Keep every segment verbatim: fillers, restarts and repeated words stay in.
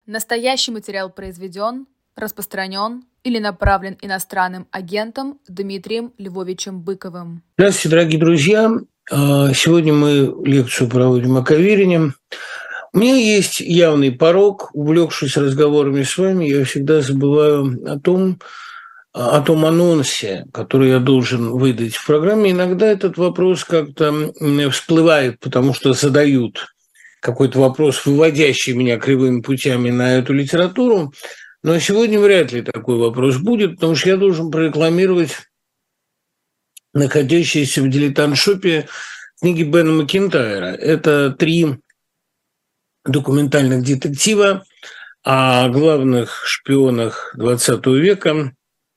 Настоящий материал произведен, распространен или направлен иностранным агентом Дмитрием Львовичем Быковым. Здравствуйте, дорогие друзья. Сегодня мы лекцию проводим о Каверине. У меня есть явный порок. Увлекшись разговорами с вами, я всегда забываю о том, о том анонсе, который я должен выдать в программе. Иногда этот вопрос как-то всплывает, потому что задают какой-то вопрос, выводящий меня кривыми путями на эту литературу. Но сегодня вряд ли такой вопрос будет, потому что я должен прорекламировать находящиеся в «Дилетант-шопе» книги Бена Макентайра. Это три документальных детектива о главных шпионах двадцатого века.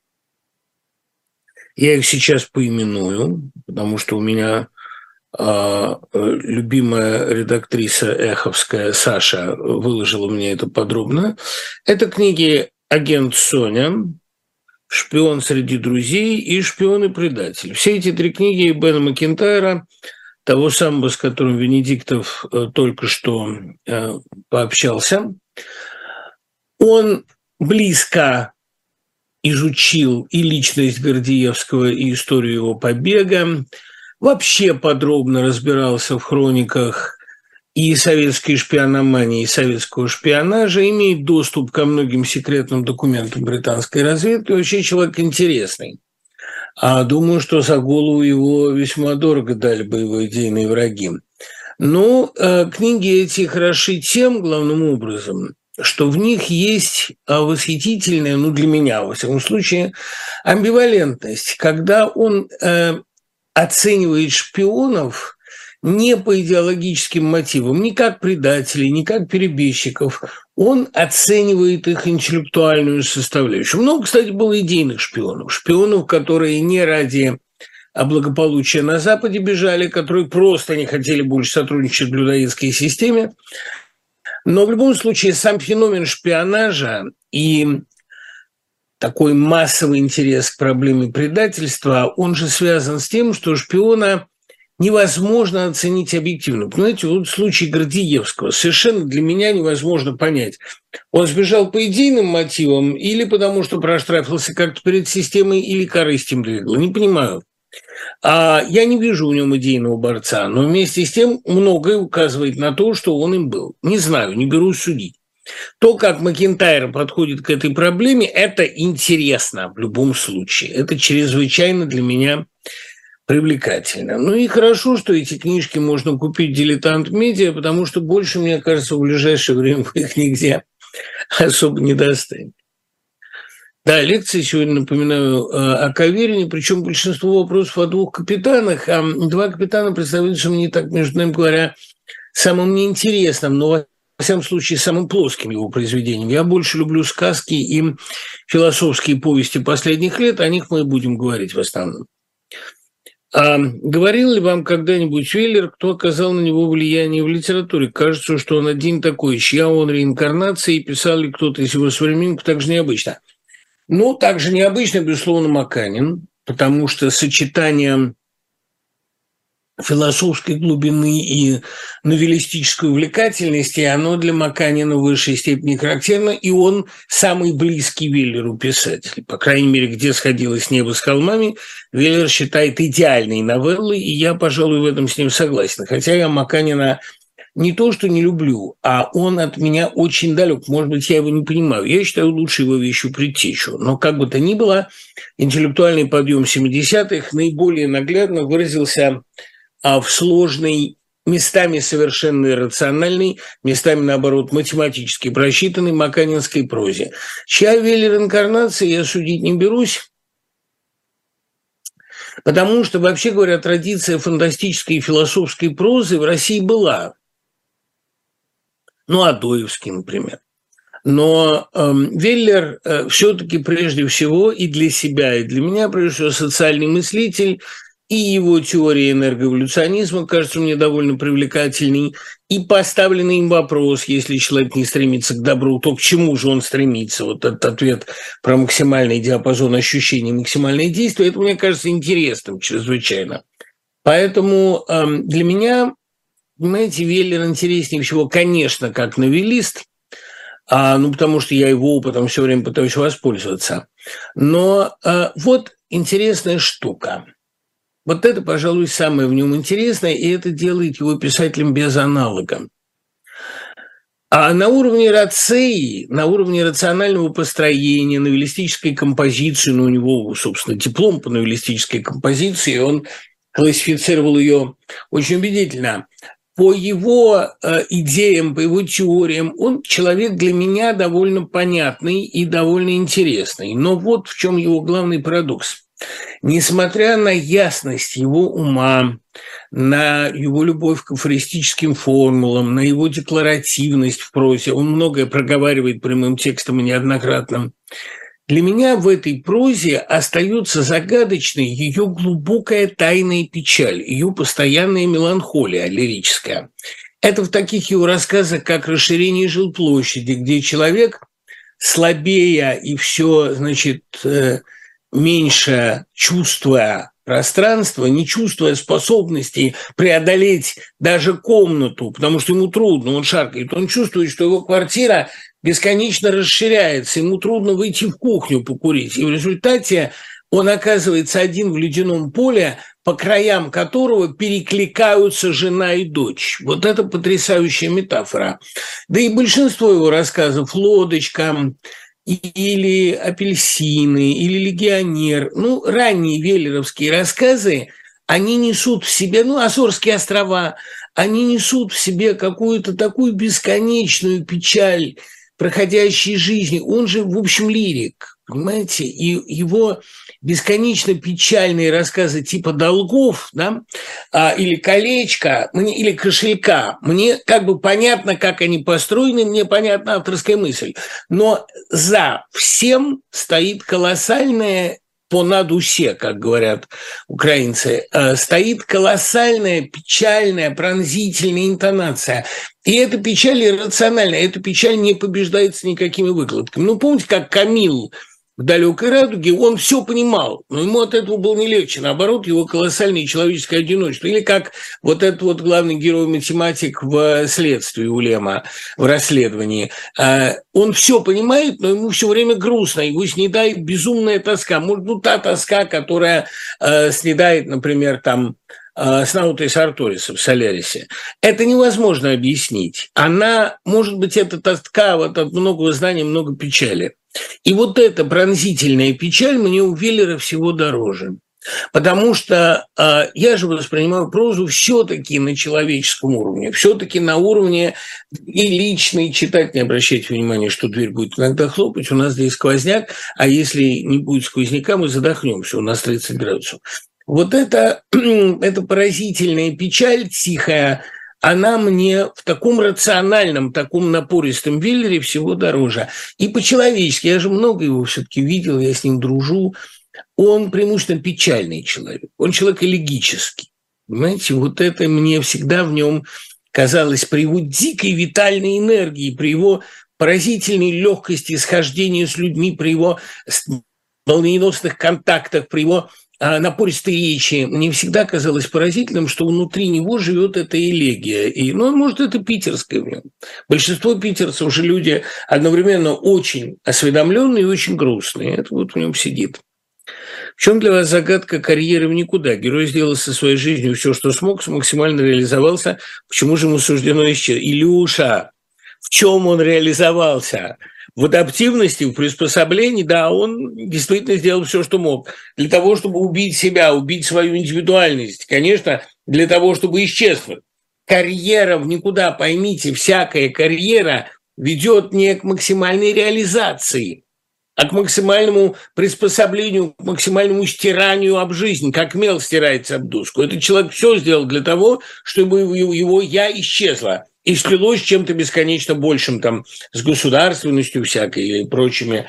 Я их сейчас поименую, потому что у меня э, любимая редактриса эховская Саша выложила мне это подробно. Это книги «Агент Соня», «Шпион среди друзей» и «Шпион и предатель». Все эти три книги Бена Макентайра, того самого, с которым Венедиктов э, только что э, пообщался. Он близко изучил и личность Гордеевского, и историю его побега, вообще подробно разбирался в хрониках и советской шпиономании, и советского шпионажа, имеет доступ ко многим секретным документам британской разведки, вообще человек интересный. А думаю, что за голову его весьма дорого дали бы его идейные враги. Но э, книги эти хороши тем, главным образом, что в них есть восхитительная, ну для меня, во всяком случае, амбивалентность, когда он э, оценивает шпионов не по идеологическим мотивам, не как предателей, не как перебежчиков, он оценивает их интеллектуальную составляющую. Много, кстати, было идейных шпионов, шпионов, которые не ради благополучия на Западе бежали, которые просто не хотели больше сотрудничать в людоедской системе. Но в любом случае сам феномен шпионажа и такой массовый интерес к проблеме предательства, он же связан с тем, что шпиона невозможно оценить объективно. Понимаете, вот случай Гордеевского совершенно для меня невозможно понять. Он сбежал по идейным мотивам или потому, что проштрафился как-то перед системой, или корысть им двигала. Не понимаю. А я не вижу в нем идейного борца, но вместе с тем многое указывает на то, что он им был. Не знаю, не берусь судить. То, как Макентайр подходит к этой проблеме, это интересно в любом случае. Это чрезвычайно для меня привлекательно. Ну и хорошо, что эти книжки можно купить в «Дилетант Медиа», потому что больше, мне кажется, в ближайшее время вы их нигде особо не достанете. Да, лекция сегодня, напоминаю, о Каверине, причем большинство вопросов о двух капитанах, а два капитана представляются мне, так между нами говоря, самым неинтересным, но, во всяком случае, самым плоским его произведением. Я больше люблю сказки и философские повести последних лет, о них мы и будем говорить в основном. А говорил ли вам когда-нибудь Веллер, кто оказал на него влияние в литературе? Кажется, что он один такой, чья он реинкарнация, и писал ли кто-то из его современников так же необычно? Ну, также необычно, безусловно, Маканин, потому что сочетание философской глубины и новеллистической увлекательности, оно для Маканина в высшей степени характерно, и он самый близкий Веллеру писатель. По крайней мере, «Где сходилось небо с холмами», Веллер считает идеальной новеллой, и я, пожалуй, в этом с ним согласен. Хотя я Маканина не то, что не люблю, а он от меня очень далек. Может быть, я его не понимаю. Я считаю лучше его вещью «Предтечу». Но как бы то ни было, интеллектуальный подъем семидесятых наиболее наглядно выразился в сложной, местами совершенно иррациональной, местами, наоборот, математически просчитанной маканинской прозе. Чья Веллер инкарнация, я судить не берусь, потому что, вообще говоря, традиция фантастической и философской прозы в России была. Ну, Адоевский, например. Но э, Веллер э, все-таки прежде всего и для себя, и для меня, прежде всего, социальный мыслитель, и его теория энерговолюционизма кажется мне довольно привлекательной, и поставленный им вопрос, если человек не стремится к добру, то к чему же он стремится? Вот этот ответ про максимальный диапазон ощущений, максимальное действие, это мне кажется интересным чрезвычайно. Поэтому э, для меня, понимаете, Веллер интереснее всего, конечно, как новеллист, а, ну, потому что я его опытом все время пытаюсь воспользоваться. Но а, вот интересная штука. Вот это, пожалуй, самое в нем интересное, и это делает его писателем без аналога. А на уровне рацеи, на уровне рационального построения, новеллистической композиции, ну, у него, собственно, диплом по новеллистической композиции, он классифицировал ее очень убедительно. По его э, идеям, по его теориям, он человек для меня довольно понятный и довольно интересный. Но вот в чем его главный парадокс. Несмотря на ясность его ума, на его любовь к афористическим формулам, на его декларативность в прозе, он многое проговаривает прямым текстом и неоднократно, для меня в этой прозе остается загадочной ее глубокая тайная печаль, ее постоянная меланхолия лирическая. Это в таких его рассказах, как «Расширение жилплощади», где человек, слабея и все, значит, меньше чувствуя пространства, не чувствуя способности преодолеть даже комнату, потому что ему трудно, он шаркает, он чувствует, что его квартира бесконечно расширяется, ему трудно выйти в кухню покурить, и в результате он оказывается один в ледяном поле, по краям которого перекликаются жена и дочь. Вот это потрясающая метафора. Да и большинство его рассказов «Лодочка», или «Апельсины», или «Легионер». Ну, ранние веллеровские рассказы, они несут в себе, ну, «Азорские острова», они несут в себе какую-то такую бесконечную печаль проходящей жизни. Он же, в общем, лирик, понимаете? И его бесконечно печальные рассказы типа «Долгов», да, а, или «Колечко», мне, или «Кошелька». Мне как бы понятно, как они построены, мне понятна авторская мысль. Но за всем стоит колоссальная, понад усе, как говорят украинцы, стоит колоссальная, печальная, пронзительная интонация. И эта печаль иррациональная, эта печаль не побеждается никакими выкладками. Ну, помните, как Камил в «Далекой радуге», он все понимал, но ему от этого было не легче. Наоборот, его колоссальное человеческое одиночество. Или как вот этот вот главный герой-математик в «Следствии» у Лема, в расследовании. Он все понимает, но ему все время грустно, его снедает безумная тоска. Может, ну, та тоска, которая снедает, например, там, Снаута и Сарториса в «Солярисе». Это невозможно объяснить. Она, может быть, это тоска вот от многого знания, много печали. И вот эта пронзительная печаль мне у Веллера всего дороже. Потому что э, я же воспринимаю прозу все-таки на человеческом уровне, все-таки на уровне и личный читать. Не обращайте внимания, что дверь будет иногда хлопать, у нас здесь сквозняк, а если не будет сквозняка, мы задохнемся, у нас тридцать градусов. Вот это, это поразительная печаль тихая, она мне в таком рациональном, таком напористом Веллере всего дороже. И по-человечески, я же много его все-таки видел, я с ним дружу, он преимущественно печальный человек, он человек элегический. Понимаете, вот это мне всегда в нем казалось при его дикой витальной энергии, при его поразительной легкости схождения с людьми, при его молниеносных контактах, при его напористой речи, мне всегда казалось поразительным, что внутри него живет эта элегия. И, ну, может, это питерское в нем. Большинство питерцев уже люди одновременно очень осведомленные и очень грустные. Это вот в нем сидит. В чем для вас загадка карьеры в никуда? Герой сделал со своей жизнью все, что смог, максимально реализовался. Почему же ему суждено исчезнуть? Илюша, в чем он реализовался? В адаптивности, в приспособлении, да, он действительно сделал все, что мог. Для того, чтобы убить себя, убить свою индивидуальность. Конечно, для того, чтобы исчезнуть. Карьера в никуда, поймите, всякая карьера ведет не к максимальной реализации, а к максимальному приспособлению, к максимальному стиранию об жизнь, как мел стирается об доску. Этот человек все сделал для того, чтобы его «я» исчезло и слилось с чем-то бесконечно большим, там, с государственностью всякой или прочими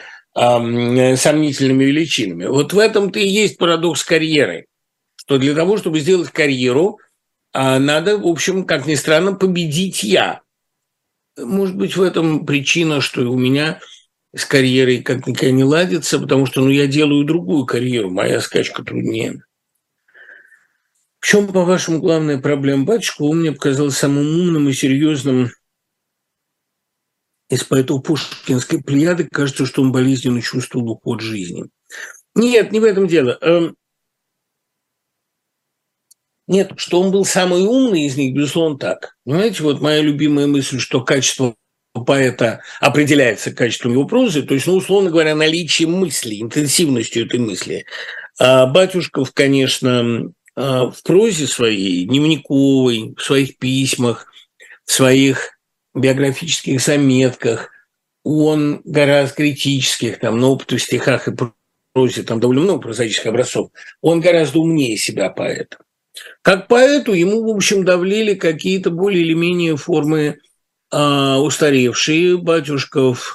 э, сомнительными величинами. Вот в этом-то и есть парадокс карьеры, что для того, чтобы сделать карьеру, э, надо, в общем, как ни странно, победить «я». Может быть, в этом причина, что у меня с карьерой как никогда не ладится, потому что, ну, я делаю другую карьеру, моя скачка труднее. В чем, по-вашему, главная проблема? Батюшка, он мне показался самым умным и серьезным из поэтов пушкинской плеяды кажется, что он болезненно чувствовал уход жизни. Нет, не в этом дело. Нет, что он был самый умный из них, безусловно, так. Понимаете, вот моя любимая мысль, что качество поэта определяется качеством его прозы, то есть, ну, условно говоря, наличием мысли, интенсивностью этой мысли. А Батюшков, конечно, в прозе своей, дневниковой, в своих письмах, в своих биографических заметках, он гораздо критических, там, на опыте в стихах и прозе, там довольно много прозаических образцов, он гораздо умнее себя поэта. Как поэту ему, в общем, давлели какие-то более или менее формы э, устаревшие. Батюшков,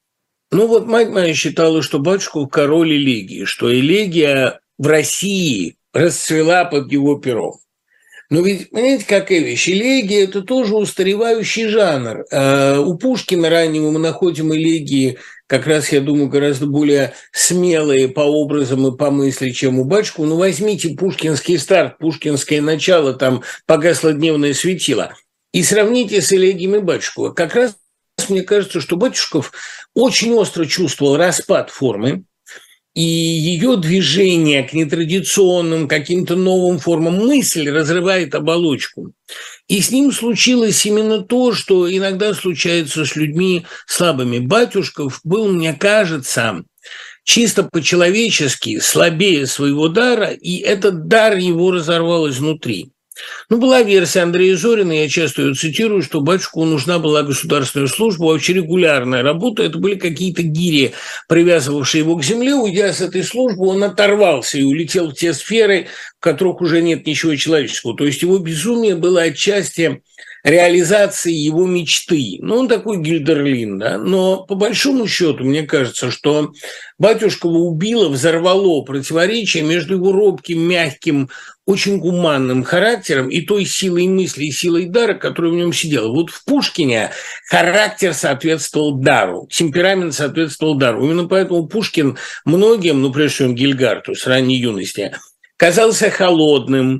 ну вот мать моя считала, что Батюшков король элегии, что элегия в России расцвела под его пером. Но ведь, понимаете, какая вещь? Элегия – это тоже устаревающий жанр. Э, у Пушкина раннего мы находим элегии, как раз, я думаю, гораздо более смелые по образам и по мысли, чем у Батюшкова. Ну, возьмите пушкинский старт, пушкинское начало, там погасло дневное светило, и сравните с элегиями Батюшкова. Как раз мне кажется, что Батюшков очень остро чувствовал распад формы, и ее движение к нетрадиционным, каким-то новым формам мысли разрывает оболочку. И с ним случилось именно то, что иногда случается с людьми слабыми. Батюшков был, мне кажется, чисто по-человечески слабее своего дара, и этот дар его разорвал изнутри. Ну, была версия Андрея Зорина, я часто ее цитирую, что батюшку нужна была государственная служба, вообще регулярная работа. Это были какие-то гири, привязывавшие его к земле. Уйдя с этой службы, он оторвался и улетел в те сферы, в которых уже нет ничего человеческого. То есть его безумие было отчасти реализацией его мечты. Ну, он такой Гильдерлин, да. Но по большому счету, мне кажется, что Батюшкова убило, взорвало противоречие между его робким, мягким, очень гуманным характером и той силой мысли и силой дара, которая в нем сидела. Вот в Пушкине характер соответствовал дару, темперамент соответствовал дару. Именно поэтому Пушкин многим, ну, прежде всего Гильгарту с ранней юности, казался холодным,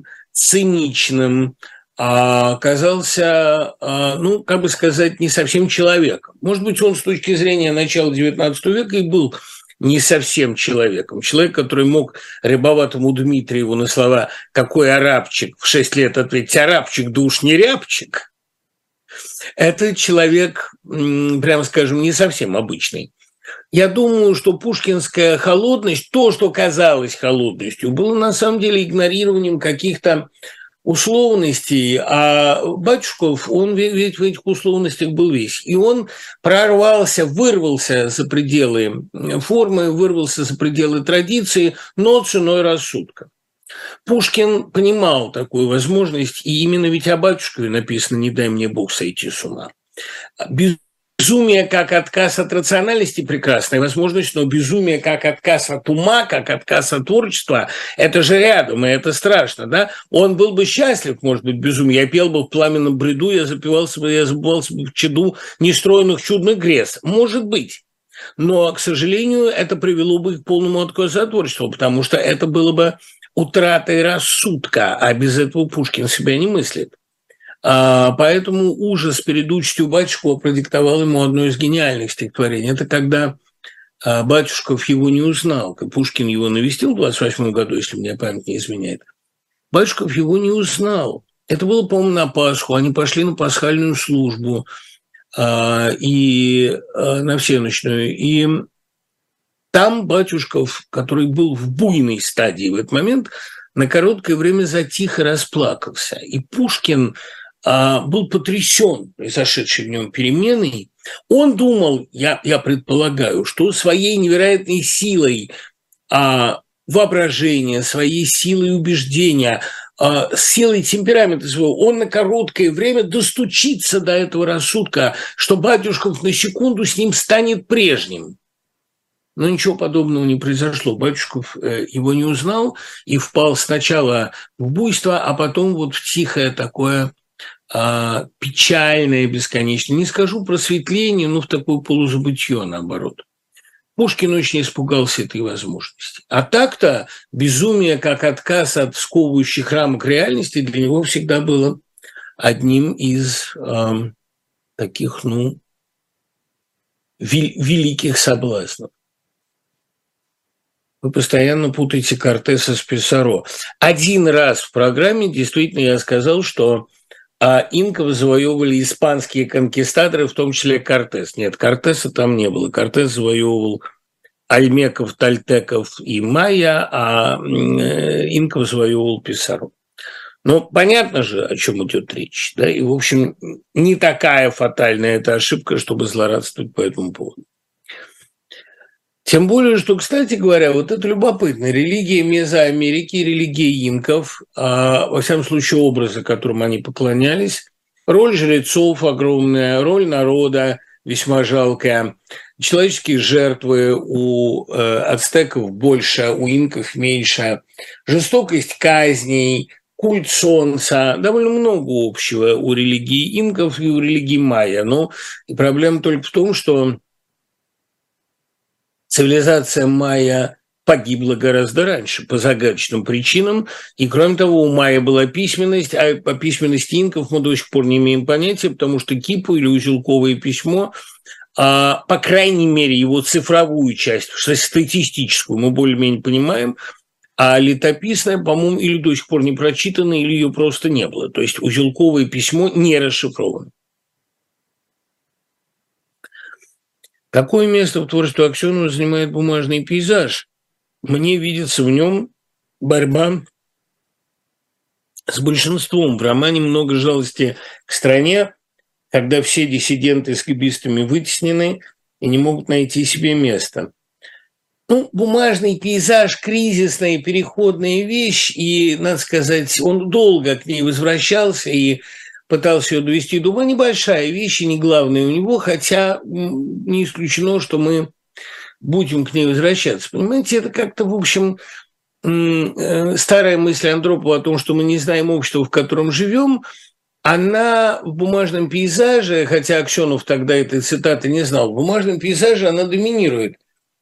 циничным, оказался, ну, как бы сказать, не совсем человеком. Может быть, он с точки зрения начала девятнадцатого века и был не совсем человеком. Человек, который мог рябоватому Дмитриеву на слова «какой арабчик» в шесть лет ответить «арабчик, да уж не рябчик», это человек, прямо скажем, не совсем обычный. Я думаю, что пушкинская холодность, то, что казалось холодностью, было на самом деле игнорированием каких-то условностей, а Батюшков, он ведь в этих условностях был весь. И он прорвался, вырвался за пределы формы, вырвался за пределы традиции, но ценой рассудка. Пушкин понимал такую возможность, и именно ведь о Батюшкове написано «Не дай мне Бог сойти с ума». Безумие как отказ от рациональности – прекрасная возможность, но безумие как отказ от ума, как отказ от творчества – это же рядом, и это страшно, да? Он был бы счастлив, может быть, безумие. Я пел бы в пламенном бреду, я запивался бы, я забывался бы в чаду нестроенных чудных грез. Может быть. Но, к сожалению, это привело бы к полному отказу от творчества, потому что это было бы утратой рассудка, а без этого Пушкин себя не мыслит. Поэтому ужас перед участью Батюшкова продиктовал ему одно из гениальных стихотворений. Это когда Батюшков его не узнал. Пушкин его навестил в двадцать восьмом году, если мне память не изменяет. Батюшков его не узнал. Это было, по-моему, на Пасху. Они пошли на пасхальную службу и на всенощную. И там Батюшков, который был в буйной стадии в этот момент, на короткое время затих и расплакался. И Пушкин был потрясен произошедшей в нем переменой. Он думал, я, я предполагаю, что своей невероятной силой а, воображения, своей силой убеждения, а, силой темперамента своего, он на короткое время достучится до этого рассудка, что Батюшков на секунду с ним станет прежним. Но ничего подобного не произошло. Батюшков его не узнал и впал сначала в буйство, а потом вот в тихое такое а, печальное, бесконечное. Не скажу просветление, но в такое полузабытье, наоборот. Пушкин очень испугался этой возможности. А так-то безумие, как отказ от сковывающих рамок реальности, для него всегда было одним из а, таких, ну, великих соблазнов. Вы постоянно путаете Кортеса с Писаро. Один раз в программе действительно я сказал, что а, инков завоевывали испанские конкистаторы, в том числе Кортес. Нет, Кортеса там не было. Кортес завоевывал альмеков, тальтеков и майя, а инков завоевывал Писаро. Но понятно же, о чем идет речь. Да? И, в общем, не такая фатальная эта ошибка, чтобы злорадствовать по этому поводу. Тем более, что, кстати говоря, вот это любопытно. Религия Мезоамерики, религия инков, а, во всяком случае, образы, которым они поклонялись, роль жрецов огромная, роль народа весьма жалкая, человеческие жертвы у э, ацтеков больше, у инков меньше, жестокость казней, культ солнца, довольно много общего у религии инков и у религии майя. Но проблема только в том, что цивилизация майя погибла гораздо раньше по загадочным причинам, и, кроме того, у майя была письменность, а по письменности инков мы до сих пор не имеем понятия, потому что кипу или узелковое письмо, а, по крайней мере, его цифровую часть, статистическую, мы более-менее понимаем, а летописная, по-моему, или до сих пор не прочитана, или ее просто не было. То есть узелковое письмо не расшифровано. Какое место в творчестве Аксенова занимает бумажный пейзаж? Мне видится в нем борьба с большинством. В романе много жалости к стране, когда все диссиденты с кибистами вытеснены и не могут найти себе место. Ну, бумажный пейзаж – кризисная, переходная вещь, и, надо сказать, он долго к ней возвращался и пытался ее довести до ума. Небольшая вещь и не главная у него, хотя не исключено, что мы будем к ней возвращаться. Понимаете, это как-то, в общем, старая мысль Андропова о том, что мы не знаем общества, в котором живем, она в бумажном пейзаже, хотя Аксенов тогда этой цитаты не знал, в бумажном пейзаже она доминирует.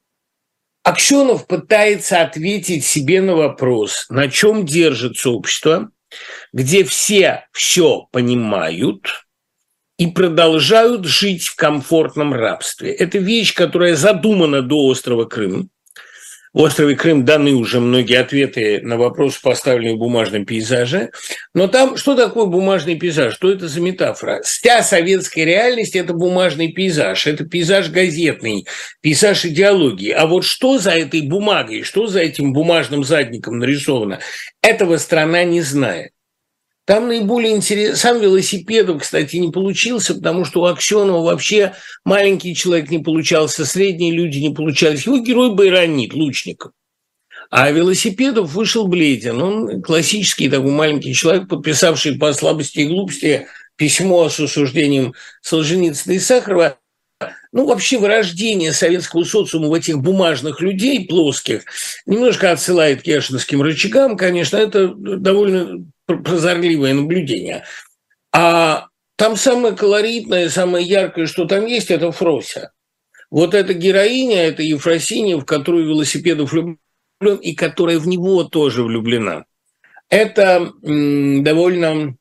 Аксенов пытается ответить себе на вопрос, на чем держится общество, где все все понимают и продолжают жить в комфортном рабстве. Это вещь, которая задумана до острова Крым. В острове Крым даны уже многие ответы на вопросы, поставленные в бумажном пейзаже. Но там что такое бумажный пейзаж? Что это за метафора? Вся советская реальность – это бумажный пейзаж. Это пейзаж газетный, пейзаж идеологии. А вот что за этой бумагой, что за этим бумажным задником нарисовано, этого страна не знает. Там наиболее интересно... Сам Велосипедов, кстати, не получился, потому что у Аксенова вообще маленький человек не получался, средние люди не получались. Его герой Байронит, Лучников. А Велосипедов вышел бледен. Он классический такой маленький человек, подписавший по слабости и глупости письмо с осуждением Солженицына и Сахарова. Ну, вообще, вырождение советского социума в этих бумажных людей плоских немножко отсылает к яшиновским рычагам, конечно, это довольно прозорливое наблюдение. А там самое колоритное, самое яркое, что там есть, это Фрося. Вот эта героиня, это Ефросинья, в которую Велосипедов влюблен, и которая в него тоже влюблена. Это м, довольно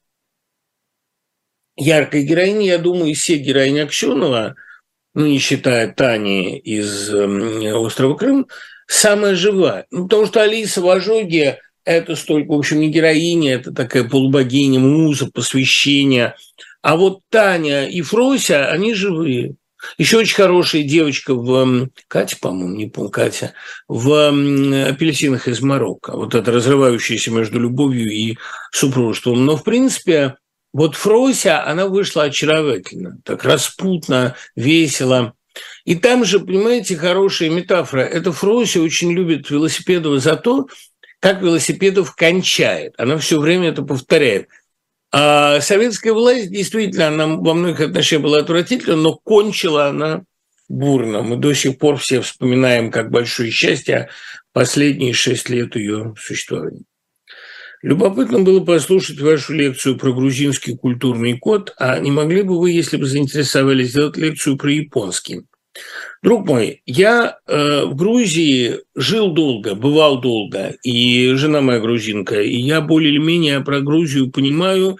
яркая героиня, я думаю, из всех героинь Аксенова, ну, не считая Тани из э, острова Крым, самая живая. Ну, потому что Алиса в «Ожоге» – это столько, в общем, не героиня, это такая полубогиня, муза, посвящение. А вот Таня и Фрося, они живые. Еще очень хорошая девочка в Катя, по-моему, не помню, Катя, в «Апельсинах из Марокко». Вот это разрывающееся между любовью и супружеством. Но, в принципе, вот Фрося, она вышла очаровательно, так распутно, весело. И там же, понимаете, хорошая метафора. Эта Фрося очень любит Велосипедова за то, как Велосипедов кончает. Она все время это повторяет. А советская власть, действительно, она во многих отношениях была отвратительна, но кончила она бурно. Мы до сих пор все вспоминаем как большое счастье последние шесть лет ее существования. Любопытно было послушать вашу лекцию про грузинский культурный код, а не могли бы вы, если бы заинтересовались, сделать лекцию про японский? Друг мой, я э, в Грузии жил долго, бывал долго, и жена моя грузинка, и я более или менее про Грузию понимаю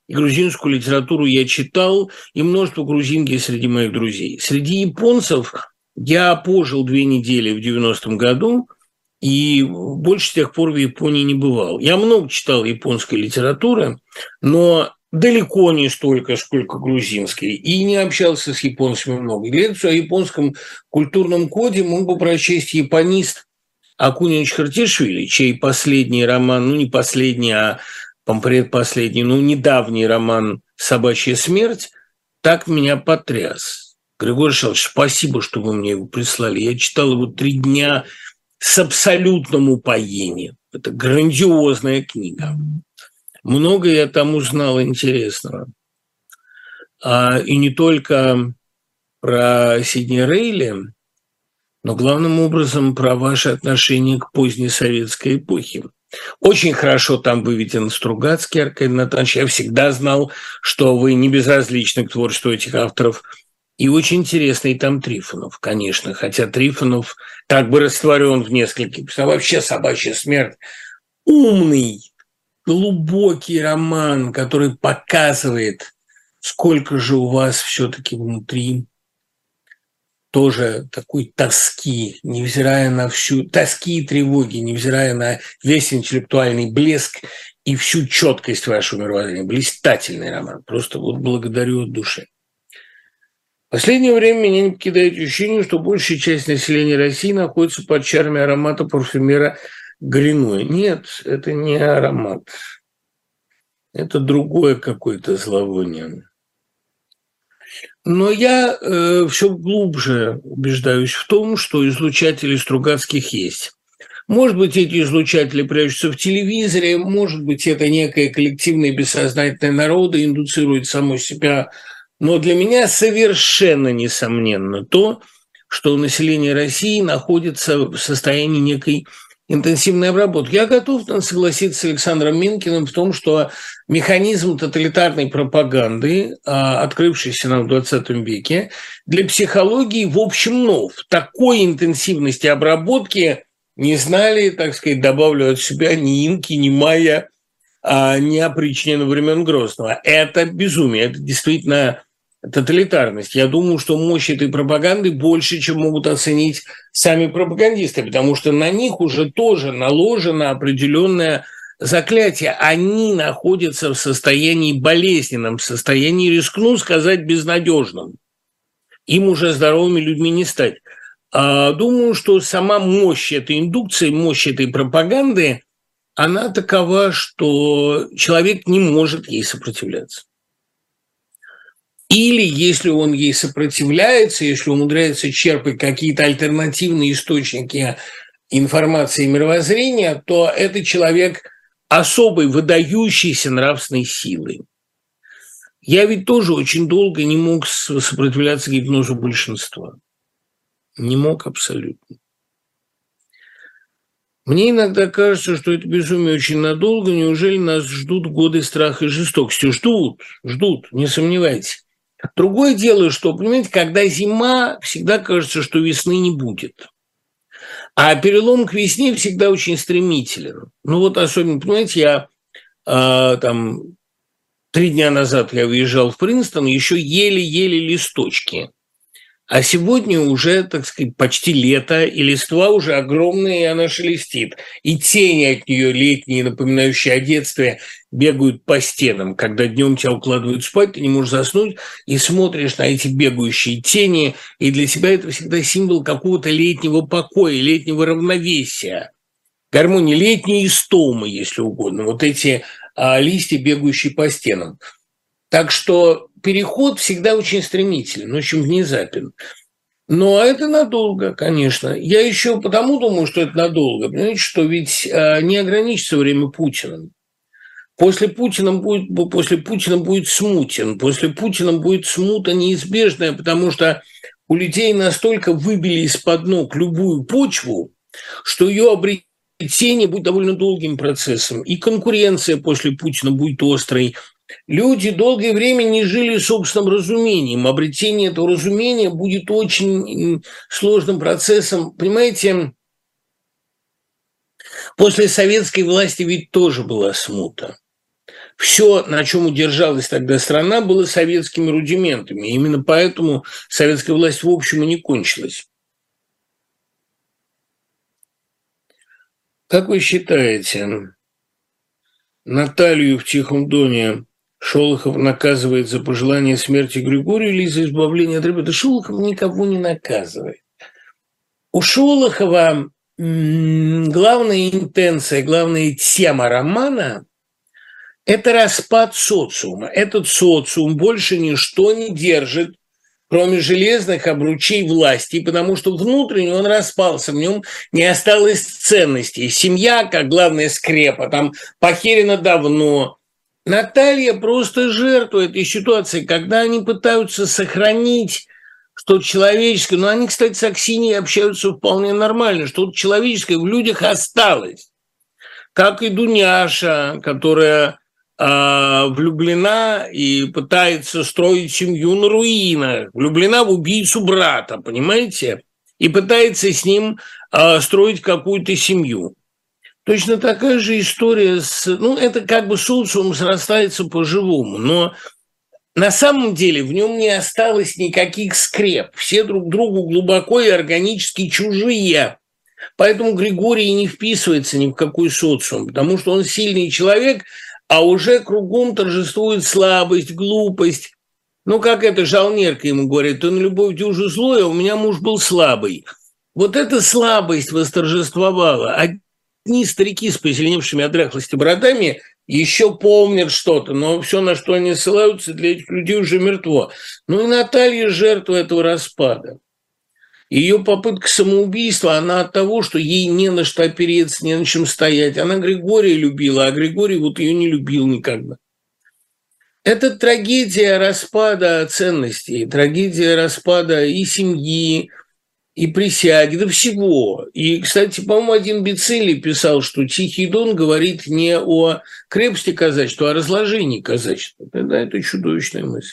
и грузинскую литературу я читал, и множество грузин есть среди моих друзей. Среди японцев я пожил две недели в девяностом году, и больше с тех пор в Японии не бывал. Я много читал японской литературы, но далеко не столько, сколько грузинской, и не общался с японцами много. Лекцию о японском культурном коде мог бы прочесть японист Акунин Чхартишвили, чей последний роман, ну не последний, а предпоследний, ну недавний роман «Собачья смерть» так меня потряс. Григорий Шалович, спасибо, что вы мне его прислали. Я читал его три дня с абсолютным упоением. Это грандиозная книга. Много я там узнал интересного. А, и не только про Сидни Рейли, но главным образом про ваше отношение к поздней советской эпохе. Очень хорошо там выведен Стругацкий, Аркадий Натанович. Я всегда знал, что вы не безразличны к творчеству этих авторов. И очень интересный там Трифонов, конечно, хотя Трифонов как бы растворен в нескольких. А вообще «Собачья смерть» – умный, глубокий роман, который показывает, сколько же у вас все-таки внутри тоже такой тоски, невзирая на всю тоски и тревоги, невзирая на весь интеллектуальный блеск и всю четкость вашего мировоззрения. Блистательный роман. Просто вот благодарю от души. В последнее время меня не покидает ощущение, что большая часть населения России находится под чарами аромата парфюмера Гринуя. Нет, это не аромат. Это другое какое-то зловоние. Но я э, все глубже убеждаюсь в том, что излучатели Стругацких есть. Может быть, эти излучатели прячутся в телевизоре, может быть, это некое коллективное бессознательное народа индуцирует само себя. Но для меня совершенно несомненно то, что население России находится в состоянии некой интенсивной обработки. Я готов согласиться с Александром Минкиным в том, что механизм тоталитарной пропаганды, открывшийся нам в двадцатом веке, для психологии в общем нов. Такой интенсивности обработки не знали, так сказать, добавлю от себя, ни инки, ни майя, ни опричнины времен Грозного. Это безумие, это действительно тоталитарность. Я думаю, что мощь этой пропаганды больше, чем могут оценить сами пропагандисты, потому что на них уже тоже наложено определенное заклятие. Они находятся в состоянии болезненном, в состоянии, рискну сказать, безнадежном. Им уже здоровыми людьми не стать. А думаю, что сама мощь этой индукции, мощь этой пропаганды, она такова, что человек не может ей сопротивляться. Или, если он ей сопротивляется, если умудряется черпать какие-то альтернативные источники информации и мировоззрения, то это человек особой, выдающейся нравственной силы. Я ведь тоже очень долго не мог сопротивляться гипнозу большинства. Не мог абсолютно. Мне иногда кажется, что это безумие очень надолго. Неужели нас ждут годы страха и жестокости? Ждут, ждут, не сомневайтесь. Другое дело, что, понимаете, когда зима, всегда кажется, что весны не будет. А перелом к весне всегда очень стремителен. Ну вот особенно, понимаете, я э, там три дня назад я выезжал в Принстон, еще еле-еле листочки. А сегодня уже, так сказать, почти лето, и листва уже огромная, и она шелестит. И тени от нее летние, напоминающие о детстве, бегают по стенам. Когда днем тебя укладывают спать, ты не можешь заснуть, и смотришь на эти бегающие тени, и для тебя это всегда символ какого-то летнего покоя, летнего равновесия. Гармонии, летней истомы, если угодно. Вот эти а, листья, бегающие по стенам. Так что переход всегда очень стремителен, очень внезапен. Но это надолго, конечно. Я еще потому думаю, что это надолго. Понимаете, что ведь не ограничится время Путиным. После Путина будет, после Путина будет смутен. После Путина будет смута неизбежная, потому что у людей настолько выбили из-под ног любую почву, что ее обретение будет довольно долгим процессом. И конкуренция после Путина будет острой. Люди долгое время не жили собственным разумением. Обретение этого разумения будет очень сложным процессом. Понимаете, после советской власти ведь тоже была смута. все, на чем удержалась тогда страна, было советскими рудиментами. И именно поэтому советская власть в общем и не кончилась. Как вы считаете, Наталью в «Тихом доне» Шолохов наказывает за пожелание смерти Григорию или за избавление от ребенка? Шолохов никого не наказывает. У Шолохова главная интенция, главная тема романа – это распад социума. Этот социум больше ничто не держит, кроме железных обручей власти, потому что внутренне он распался, в нем не осталось ценностей. Семья, как главная скрепа, там похерена давно. Наталья просто жертва этой ситуации, когда они пытаются сохранить что-то человеческое. Но они, кстати, с Аксиньей общаются вполне нормально. Что-то человеческое в людях осталось. Как и Дуняша, которая э, влюблена и пытается строить семью на руинах. Влюблена в убийцу брата, понимаете? И пытается с ним э, строить какую-то семью. Точно такая же история с... Ну, это как бы социум срастается по-живому, но на самом деле в нем не осталось никаких скреп. Все друг другу глубоко и органически чужие. Поэтому Григорий не вписывается ни в какой социум, потому что он сильный человек, а уже кругом торжествует слабость, глупость. Ну, как это Жалнерка ему говорит, ты на любовь дюжу злой, а у меня муж был слабый. Вот эта слабость восторжествовала. Одни старики с позеленевшими от дряхлости бородами еще помнят что-то, но все, на что они ссылаются, для этих людей уже мертво. Ну и Наталья жертва этого распада. Ее попытка самоубийства, она от того, что ей не на что опереться, не на чем стоять. Она Григория любила, а Григорий вот ее не любил никогда. Это трагедия распада ценностей, трагедия распада и семьи, и присяги, да всего. И, кстати, по-моему, один Бицелли писал, что «Тихий дон» говорит не о крепости казачества, а о разложении казачества. Да, это чудовищная мысль.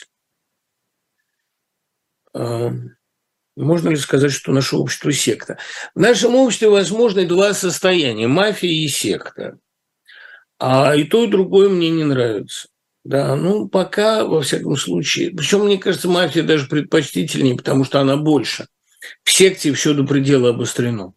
Можно ли сказать, что наше общество – секта? В нашем обществе возможны два состояния – мафия и секта. А и то, и другое мне не нравится. Да, ну, пока, во всяком случае. Причем, мне кажется, мафия даже предпочтительнее, потому что она больше. В секте все до предела обострено.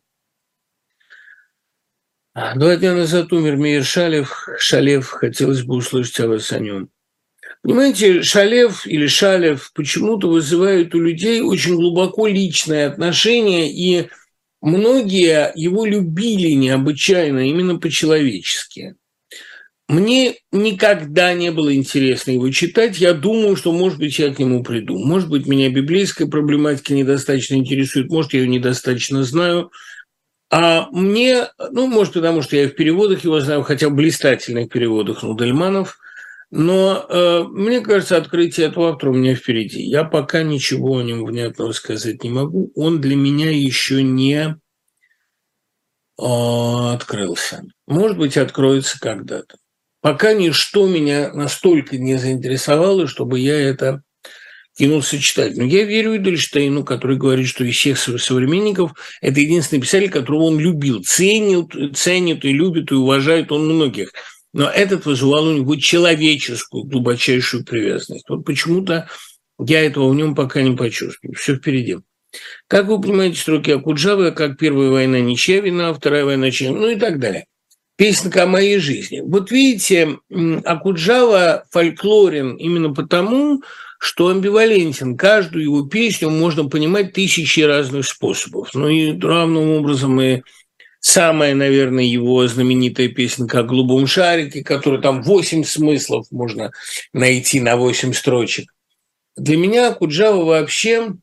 Два дня назад умер Меир Шалев. Шалев, хотелось бы услышать о вас о нем. Понимаете, Шалев или Шалев почему-то вызывают у людей очень глубоко личные отношения, и многие его любили необычайно, именно по-человечески. Мне никогда не было интересно его читать. Я думаю, что, может быть, я к нему приду. Может быть, меня библейская проблематика недостаточно интересует, может, я ее недостаточно знаю. А мне, ну, может, потому что я в переводах его знаю, хотя в блистательных переводах Нудельманов, но э, мне кажется, открытие этого автора у меня впереди. Я пока ничего о нем внятного сказать не могу. Он для меня еще не э, открылся. Может быть, откроется когда-то. Пока ничто меня настолько не заинтересовало, чтобы я это кинулся читать. Но я верю Эдельштейну, который говорит, что из всех современников это единственный писатель, которого он любил, ценил, ценит и любит, и уважает он многих. Но этот вызывал у него человеческую, глубочайшую привязанность. Вот почему-то я этого в нем пока не почувствую. Все впереди. Как вы понимаете, строки Окуджавы, как первая война ничья вина, вторая война чья, ну и так далее. Песенка о моей жизни. Вот видите, Окуджава фольклорен именно потому, что амбивалентен. Каждую его песню можно понимать тысячи разных способов. Ну и равным образом и самая, наверное, его знаменитая песенка о голубом шарике, которая там восемь смыслов можно найти на восемь строчек. Для меня Окуджава вообще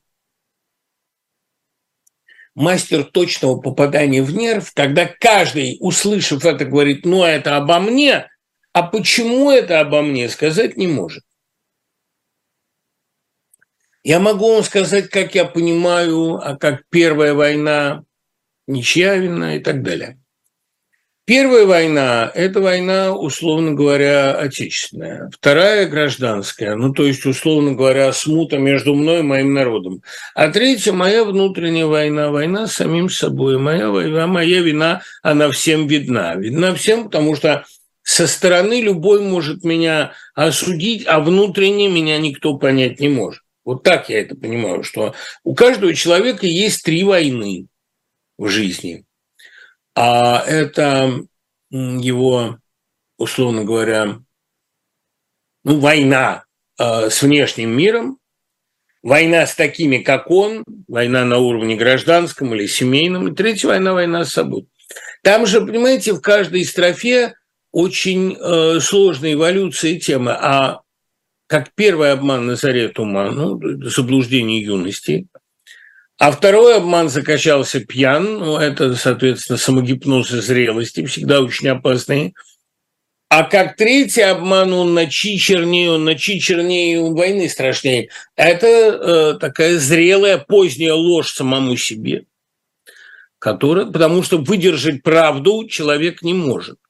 мастер точного попадания в нерв, когда каждый, услышав это, говорит, ну, это обо мне, а почему это обо мне, сказать не может. Я могу вам сказать, как я понимаю, а как первая война ничья вина и так далее. Первая война – это война, условно говоря, отечественная. Вторая – гражданская, ну, то есть, условно говоря, смута между мной и моим народом. А третья – моя внутренняя война, война с самим собой. Моя война, моя вина, она всем видна. Видна всем, потому что Со стороны любой может меня осудить, а внутренне меня никто понять не может. Вот так я это понимаю, что у каждого человека есть три войны в жизни. А это его, условно говоря, ну, война э, с внешним миром, война с такими, как он, война на уровне гражданском или семейном, и третья война – война с собой. Там же, понимаете, в каждой строфе очень э, сложная эволюция темы, а как первый обман на заре ума, ну, заблуждение юности, а второй обман закачался пьян, ну, это, соответственно, самогипноз и зрелости, всегда очень опасные. А как третий обман, он на чи чернее, он на чи чернее, он войны страшнее. Это э, такая зрелая поздняя ложь самому себе, которая, потому что выдержать правду человек не может.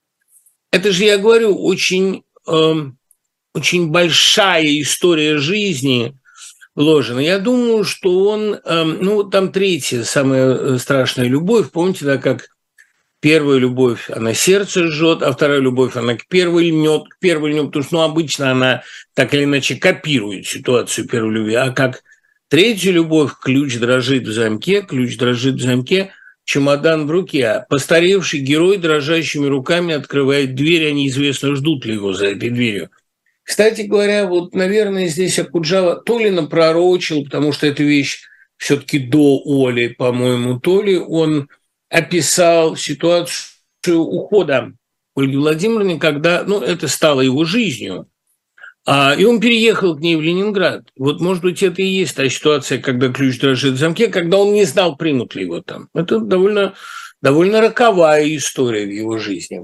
Это же, я говорю, очень, э, очень большая история жизни вложена. Я думаю, что он, э, ну, там третья, самая страшная любовь, помните, да, как первая любовь, она сердце жжет, а вторая любовь, она к первой льнет, к первой льнет, потому что, ну, обычно она так или иначе копирует ситуацию первой любви, а как третья любовь, ключ дрожит в замке, ключ дрожит в замке, чемодан в руке, а постаревший герой дрожащими руками открывает дверь, а неизвестно, ждут ли его за этой дверью. Кстати говоря, вот, наверное, здесь Окуджава то ли напророчил, потому что эта вещь все-таки до Оли, по-моему, то ли он описал ситуацию ухода Ольги Владимировны, когда, ну, это стало его жизнью, а, и он переехал к ней в Ленинград. Вот, может быть, это и есть та ситуация, когда ключ дрожит в замке, когда он не знал, примут ли его там. Это довольно, довольно роковая история в его жизни.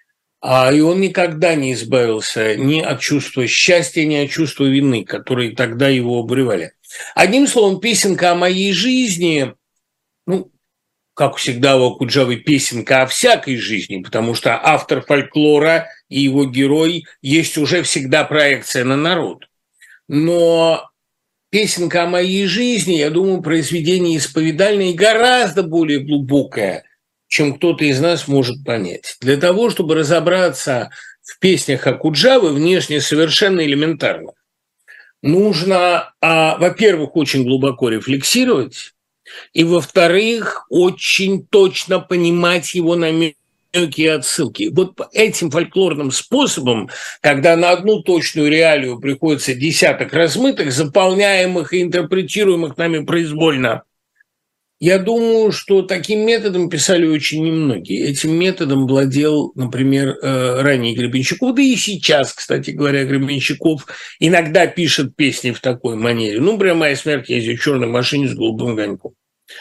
А, и он никогда не избавился ни от чувства счастья, ни от чувства вины, которые тогда его обуревали. Одним словом, песенка о моей жизни, ну, как всегда у Окуджавы, песенка о всякой жизни, потому что автор фольклора и его герой есть уже всегда проекция на народ. Но песенка о моей жизни, я думаю, произведение исповедальное и гораздо более глубокое, чем кто-то из нас может понять. Для того, чтобы разобраться в песнях Окуджавы, внешне совершенно элементарно, нужно, а, во-первых, очень глубоко рефлексировать, и, во-вторых, очень точно понимать его намеки и отсылки. Вот этим фольклорным способом, когда на одну точную реалию приходится десяток размытых, заполняемых и интерпретируемых нами произвольно, я думаю, что таким методом писали очень немногие. Этим методом владел, например, ранний Гребенщиков, да и сейчас, кстати говоря, Гребенщиков иногда пишет песни в такой манере. Ну, «Прямая смерть ездит в черной машине с голубым огоньком».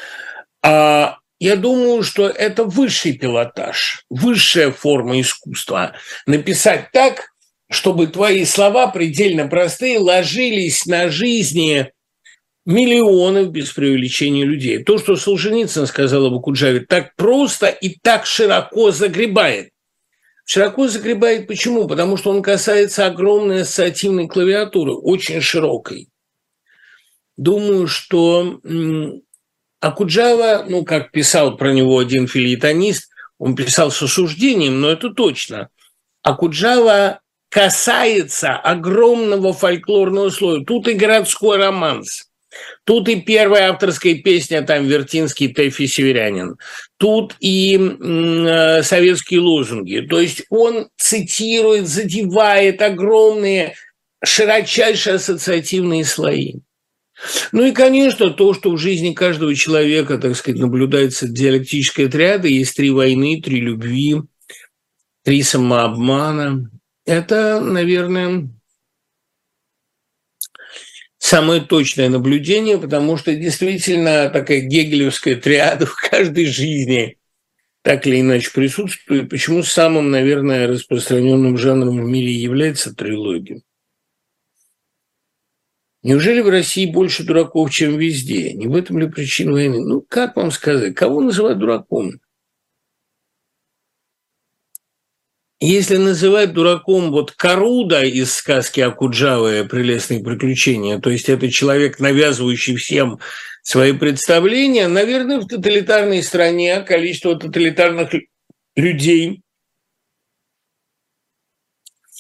А я думаю, что это высший пилотаж, высшая форма искусства. Написать так, чтобы твои слова предельно простые ложились на жизни миллионов без преувеличения людей. То, что Солженицын сказал об Окуджаве, так просто и так широко загребает. Широко загребает почему? Потому что он касается огромной ассоциативной клавиатуры, очень широкой. Думаю, что Окуджава, ну, как писал про него один фельетонист, он писал с осуждением, но это точно. Окуджава касается огромного фольклорного слоя. Тут и городской романс, тут и первая авторская песня, там, Вертинский, Тэфи, Северянин, тут и э, советские лозунги. То есть он цитирует, задевает огромные, широчайшие ассоциативные слои. Ну и, конечно, то, что в жизни каждого человека, так сказать, наблюдается диалектическая триада, есть три войны, три любви, три самообмана. Это, наверное, самое точное наблюдение, потому что действительно такая гегелевская триада в каждой жизни так или иначе присутствует. Почему самым, наверное, распространенным жанром в мире является трилогия? Неужели в России больше дураков, чем везде? Не в этом ли причина войны? Ну, как вам сказать? Кого называть дураком? Если называть дураком вот Коруда из сказки Окуджавы «Прелестные приключения», то есть это человек, навязывающий всем свои представления, наверное, в тоталитарной стране количество тоталитарных людей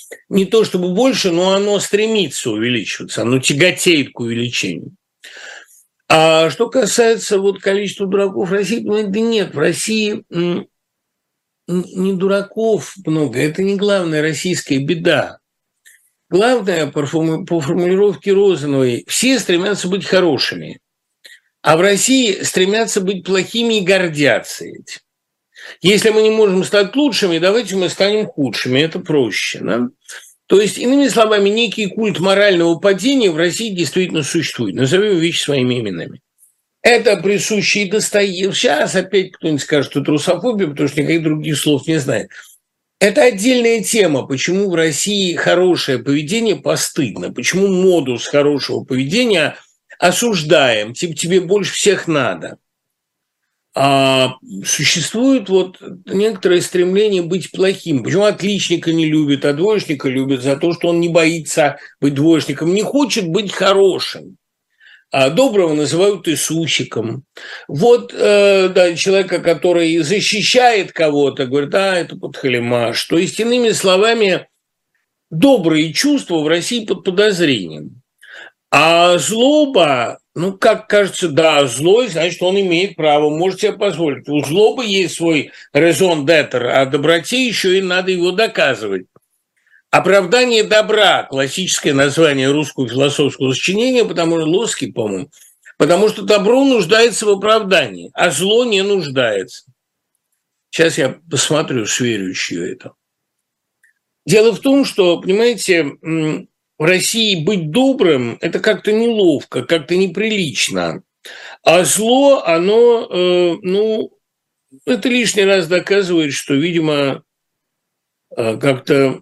не то чтобы больше, но оно стремится увеличиваться, оно тяготеет к увеличению. А что касается вот количества дураков в России, ну, да нет, в России не дураков много, это не главная российская беда. Главное, по формулировке Розановой, все стремятся быть хорошими, а в России стремятся быть плохими и гордятся этим. Если мы не можем стать лучшими, давайте мы станем худшими, это проще. Да? То есть, иными словами, некий культ морального падения в России действительно существует. Назовем вещи своими именами. Это присуще и Достоевскому. Сейчас опять кто-нибудь скажет, что это русофобия, потому что никаких других слов не знает. Это отдельная тема, почему в России хорошее поведение постыдно, почему модус хорошего поведения осуждаем, типа тебе больше всех надо. А существует вот некоторое стремление быть плохим. Почему отличника не любят, а двоечника любят за то, что он не боится быть двоечником, не хочет быть хорошим. А доброго называют Иисусиком. Вот э, да, человека, который защищает кого-то, говорит, а, это подхалимаш. То есть, иными словами, добрые чувства в России под подозрением. А злоба, ну, как кажется, да, злой, значит, он имеет право, может себе позволить. У злобы есть свой raison d'être, а доброте еще и надо его доказывать. Оправдание добра – классическое название русского философского сочинения, потому что Лоский, по-моему, потому что добро нуждается в оправдании, а зло не нуждается. Сейчас я посмотрю, сверю, чье это. Дело в том, что, понимаете, в России быть добрым – это как-то неловко, как-то неприлично, а зло, оно, э, ну, это лишний раз доказывает, что, видимо, э, как-то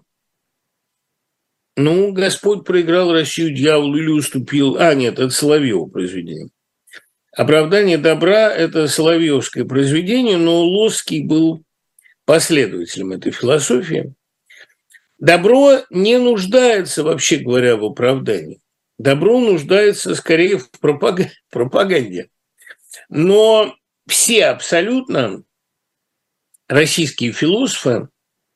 Ну, Господь проиграл Россию дьяволу или уступил. А, нет, это Соловьево произведение. «Оправдание добра» – это соловьевское произведение, но Лоский был последователем этой философии. Добро не нуждается, вообще говоря, в оправдании. Добро нуждается скорее в пропаганде. Но все абсолютно российские философы,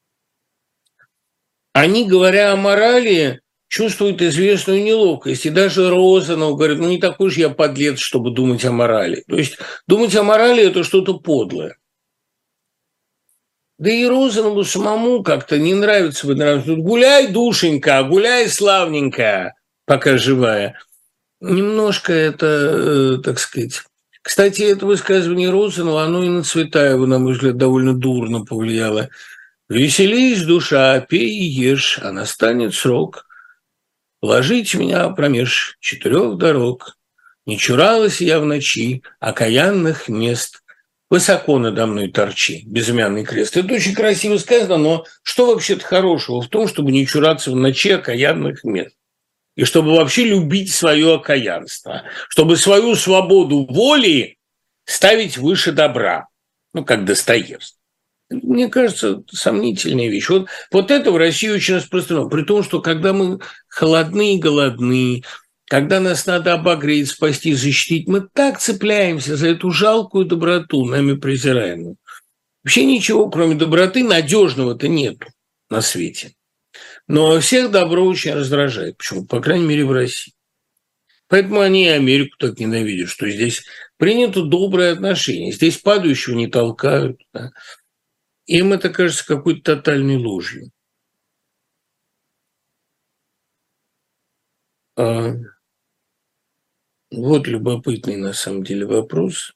они, говоря о морали, чувствуют известную неловкость. И даже Розанов говорит, ну не такой же я подлец, чтобы думать о морали. То есть думать о морали – это что-то подлое. Да и Розанову самому как-то не нравится. Гуляй, душенька, гуляй, славненькая, пока живая. Немножко это, так сказать... Кстати, это высказывание Розанова, оно и на Цветаеву, на мой взгляд, довольно дурно повлияло. «Веселись, душа, пей и ешь, а настанет срок. Положите меня промеж четырех дорог. Не чуралась я в ночи окаянных мест. Высоко надо мной торчи, безымянный крест». Это очень красиво сказано, но что вообще-то хорошего в том, чтобы не чураться в ночи окаянных мест? И чтобы вообще любить свое окаянство, чтобы свою свободу воли ставить выше добра, ну, как Достоевский. Мне кажется, сомнительная вещь. Вот, вот это в России очень распространено. При том, что когда мы холодны и голодны, когда нас надо обогреть, спасти, защитить, мы так цепляемся за эту жалкую доброту, нами презираемую. Вообще ничего, кроме доброты, надежного-то нету на свете. Но всех добро очень раздражает. Почему? По крайней мере, в России. Поэтому они и Америку так ненавидят, что здесь принято доброе отношение. Здесь падающего не толкают, да. Им это кажется какой-то тотальной ложью. А вот любопытный на самом деле вопрос.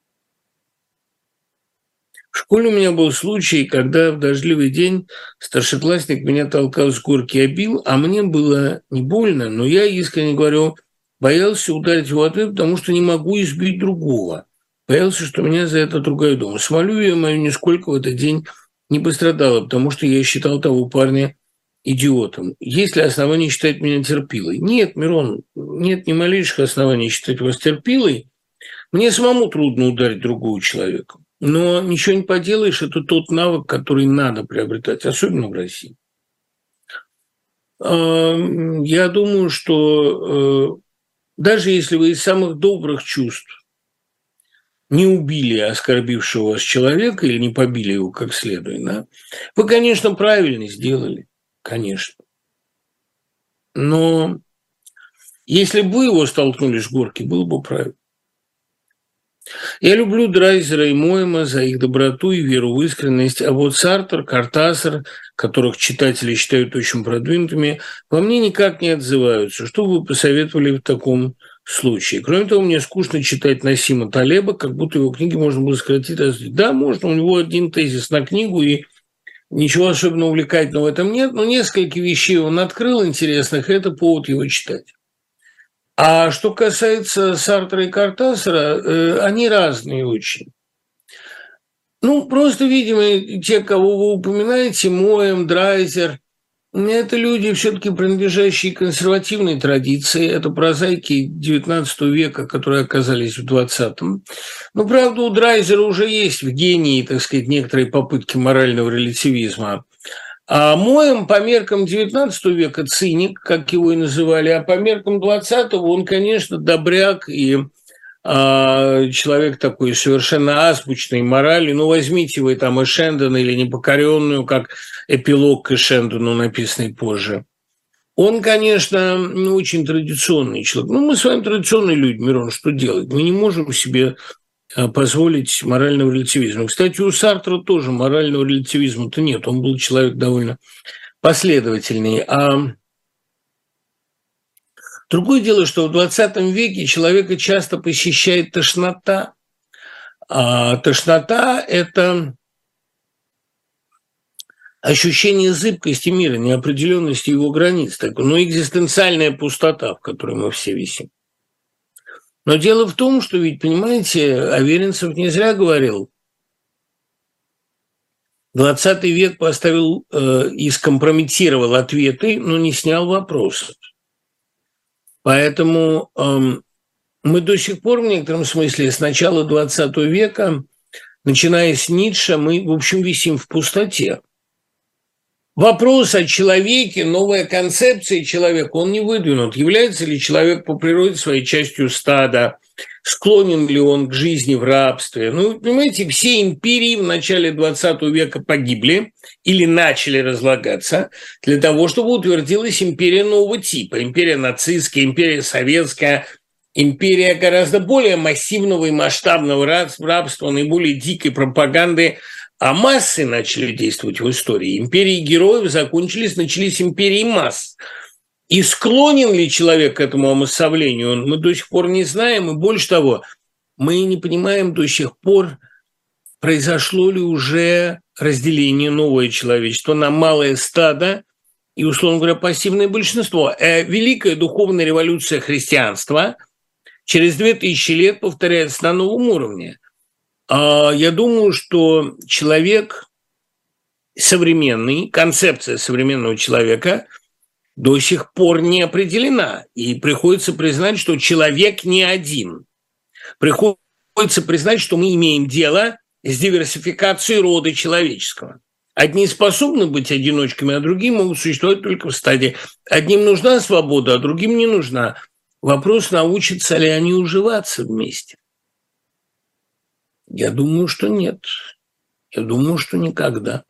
В школе у меня был случай, когда в дождливый день старшеклассник меня толкал с горки и бил, а мне было не больно, но я, искренне говорю, боялся ударить его в ответ, потому что не могу избить другого. Боялся, что меня за это отругают дома. Самолюбие мое нисколько в этот день не пострадало, потому что я считал того парня идиотом. Есть ли основания считать меня терпилой? Нет, Мирон, нет ни малейших оснований считать вас терпилой. Мне самому трудно ударить другого человека. Но ничего не поделаешь, это тот навык, который надо приобретать, особенно в России. Я думаю, что даже если вы из самых добрых чувств не убили оскорбившего вас человека или не побили его как следует, да, вы, конечно, правильно сделали. конечно. Но если бы его столкнули с горки, было бы правильно. Я люблю Драйзера и Моэма за их доброту и веру в искренность, а вот Сартр, Кортасар, которых читатели считают очень продвинутыми, во мне никак не отзываются. Что бы вы посоветовали в таком случае? Кроме того, мне скучно читать Насима Талеба, как будто его книги можно было сократить. Да, можно, у него один тезис на книгу, и ничего особенно увлекательного в этом нет, но несколько вещей он открыл интересных, и это повод его читать. А что касается Сартра и Кортасара, э, они разные очень. Ну, просто, видимо, те, кого вы упоминаете, Моэм, Драйзер, это люди, все-таки принадлежащие консервативной традиции, это прозаики девятнадцатого века, которые оказались в двадцатом. Ну, правда, у Драйзера уже есть в гении, так сказать, некоторые попытки морального релятивизма. А Моэм по меркам девятнадцатого века циник, как его и называли, а по меркам двадцатого он, конечно, добряк и а, человек такой совершенно азбучной морали. Ну, возьмите вы там и Шендона или «Непокоренную», как эпилог к Шендону, написанный позже. Он, конечно, не очень традиционный человек. Ну, мы с вами традиционные люди, Мирон, что делать? Мы не можем себе позволить морального релятивизма. Кстати, у Сартра тоже морального релятивизма-то нет. Он был человек довольно последовательный. А другое дело, что в двадцатом веке человека часто посещает тошнота. А тошнота – это ощущение зыбкости мира, неопределенности его границ, такой, ну, экзистенциальная пустота, в которой мы все висим. Но дело в том, что ведь, понимаете, Аверинцев не зря говорил, двадцатый век поставил э, и скомпрометировал ответы, но не снял вопросов. Поэтому э, мы до сих пор, в некотором смысле, с начала двадцатого века, начиная с Ницше, мы, в общем, висим в пустоте. Вопрос о человеке, новая концепция человека, он не выдвинут. Является ли человек по природе своей частью стада? Склонен ли он к жизни в рабстве? Ну, понимаете, все империи в начале двадцатого века погибли или начали разлагаться для того, чтобы утвердилась империя нового типа. Империя нацистская, империя советская, империя гораздо более массивного и масштабного рабства, наиболее дикой пропаганды. А массы начали действовать в истории. Империи героев закончились, начались империи масс. И склонен ли человек к этому омассовлению, мы до сих пор не знаем. И больше того, мы не понимаем до сих пор, произошло ли уже разделение новое человечество на малое стадо и, условно говоря, пассивное большинство. Великая духовная революция христианства через две тысячи лет повторяется на новом уровне. Я думаю, что человек современный, концепция современного человека до сих пор не определена. И приходится признать, что человек не один. Приходится признать, что мы имеем дело с диверсификацией рода человеческого. Одни способны быть одиночками, а другие могут существовать только в стадии. Одним нужна свобода, а другим не нужна. Вопрос, научатся ли они уживаться вместе. Я думаю, что нет. Я думаю, что никогда.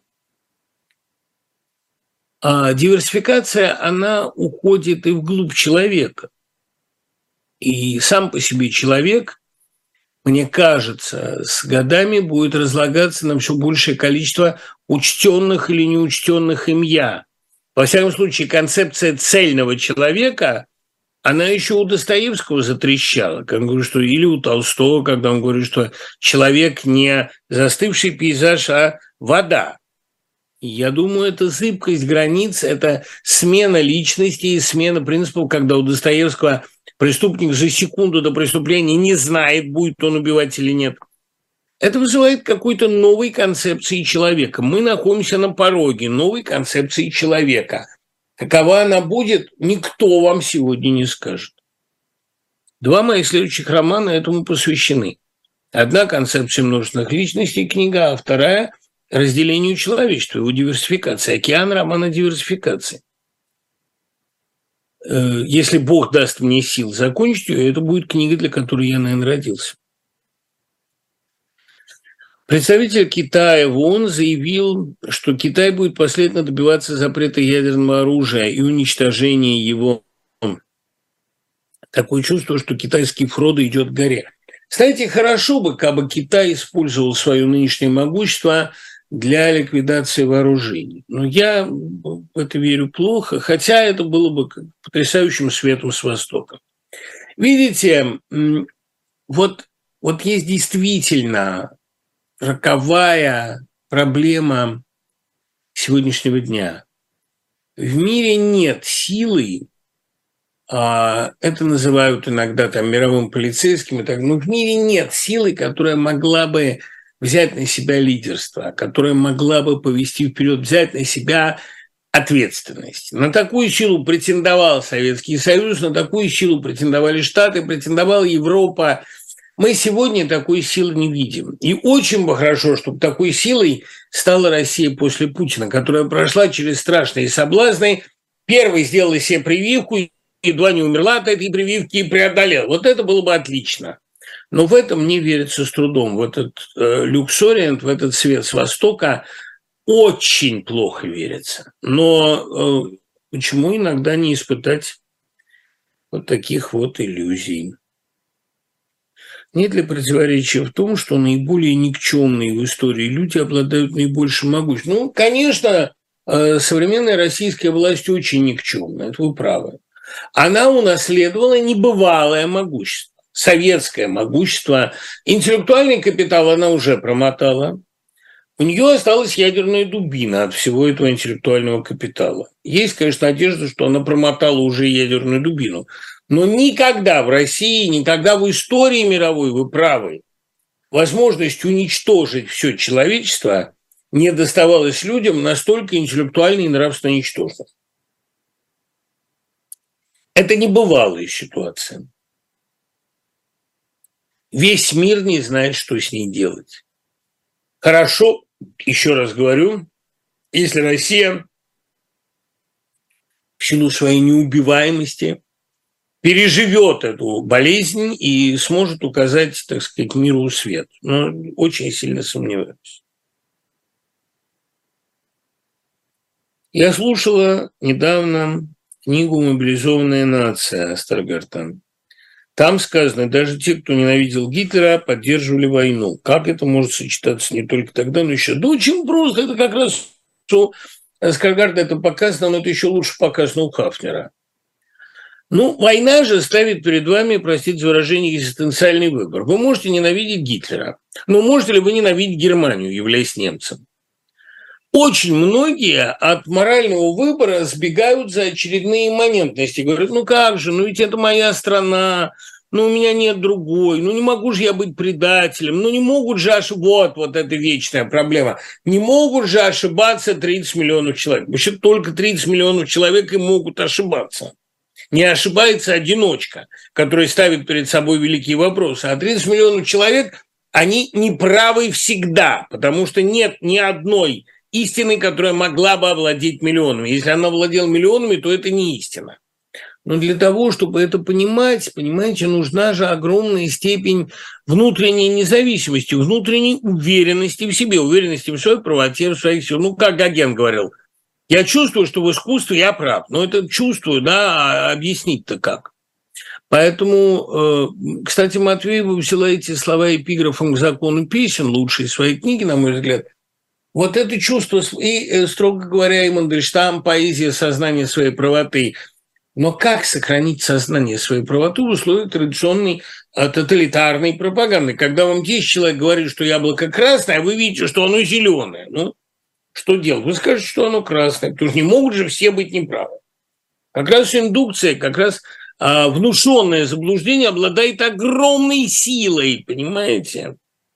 А диверсификация, она уходит и вглубь человека. И сам по себе человек, мне кажется, с годами будет разлагаться на все большее количество учтенных или неучтенных им «я». Во всяком случае, концепция цельного человека – она еще у Достоевского затрещала, как он говорит, что, или у Толстого, когда он говорит, что человек не застывший пейзаж, а вода. И я думаю, это зыбкость границ, это смена личности и смена принципов, когда у Достоевского преступник за секунду до преступления не знает, будет он убивать или нет. Это вызывает какой-то новой концепции человека. Мы находимся на пороге новой концепции человека. Какова она будет, никто вам сегодня не скажет. Два моих следующих романа этому посвящены. Одна – концепция множественных личностей, книга, а вторая – разделению человечества, его диверсификации. «Океан» – роман о диверсификации. Если Бог даст мне сил закончить ее, это будет книга, для которой я, наверное, родился. Представитель Китая в ООН заявил, что Китай будет последовательно добиваться запрета ядерного оружия и уничтожения его. Такое чувство, что китайский Фродо идет к горе. Кстати, хорошо бы, как бы Китай использовал свое нынешнее могущество для ликвидации вооружений. Но я в это верю плохо, хотя это было бы потрясающим светом с Востока. Видите, вот, вот есть действительно роковая проблема сегодняшнего дня. В мире нет силы, а, это называют иногда там мировым полицейским, и так, но в мире нет силы, которая могла бы взять на себя лидерство, которая могла бы повести вперед, взять на себя ответственность. На такую силу претендовал Советский Союз, на такую силу претендовали Штаты, претендовала Европа. Мы сегодня такой силы не видим. И очень бы хорошо, чтобы такой силой стала Россия после Путина, которая прошла через страшные соблазны. Первой сделала себе прививку, едва не умерла от этой прививки и преодолела. Вот это было бы отлично. Но в этом мне верится с трудом. В этот э, люксориент, в этот свет с Востока очень плохо верится. Но э, почему иногда не испытать вот таких вот иллюзий? Нет ли противоречия в том, что наиболее никчемные в истории люди обладают наибольшим могуществом? Ну, конечно, э, современная российская власть очень никчемная, это вы правы. Она унаследовала небывалое могущество. Советское могущество, интеллектуальный капитал она уже промотала. У нее осталась ядерная дубина от всего этого интеллектуального капитала. Есть, конечно, надежда, что она промотала уже ядерную дубину. Но никогда в России, никогда в истории мировой, вы правы, возможность уничтожить все человечество не доставалась людям настолько интеллектуально и нравственно ничтожных. Это небывалая ситуация. Весь мир не знает, что с ней делать. Хорошо, еще раз говорю, если Россия в силу своей неубиваемости переживет эту болезнь и сможет указать, так сказать, миру свет. Но очень сильно сомневаюсь. Я слушала недавно книгу «Мобилизованная нация» Астергарта. Там сказано, даже те, кто ненавидел Гитлера, поддерживали войну. Как это может сочетаться не только тогда, но еще? Да очень просто. Это как раз у Астергарта это показано, но это еще лучше показано у Хафнера. Ну, война же ставит перед вами, простите за выражение, экзистенциальный выбор. Вы можете ненавидеть Гитлера, но можете ли вы ненавидеть Германию, являясь немцем? Очень многие от морального выбора сбегают за очередные имманентности. Говорят, ну как же, ну ведь это моя страна, ну у меня нет другой, ну не могу же я быть предателем, ну не могут же ошибаться, вот, вот это вечная проблема, не могут же ошибаться тридцать миллионов человек. Вообще только тридцать миллионов человек и могут ошибаться. Не ошибается одиночка, который ставит перед собой великие вопросы, а тридцать миллионов человек, они неправы всегда, потому что нет ни одной истины, которая могла бы овладеть миллионами. Если она владела миллионами, то это не истина. Но для того, чтобы это понимать, понимаете, нужна же огромная степень внутренней независимости, внутренней уверенности в себе, уверенности в своей правоте, в своих силах. Ну, как Гоген говорил, я чувствую, что в искусстве я прав. Но это чувствую, да, а объяснить-то как? Поэтому, кстати, Матвеева взяла эти слова эпиграфом к закону песен, лучшей своей книги, на мой взгляд. Вот это чувство, и, строго говоря, и Мандельштам, поэзия сознания своей правоты. Но как сохранить сознание своей правоты в условиях традиционной тоталитарной пропаганды? Когда вам десять человек говорит, что яблоко красное, а вы видите, что оно зеленое. Ну, что делать? Вы скажете, что оно красное, потому что не могут же все быть неправы. Как раз индукция, как раз а, внушенное заблуждение обладает огромной силой, понимаете?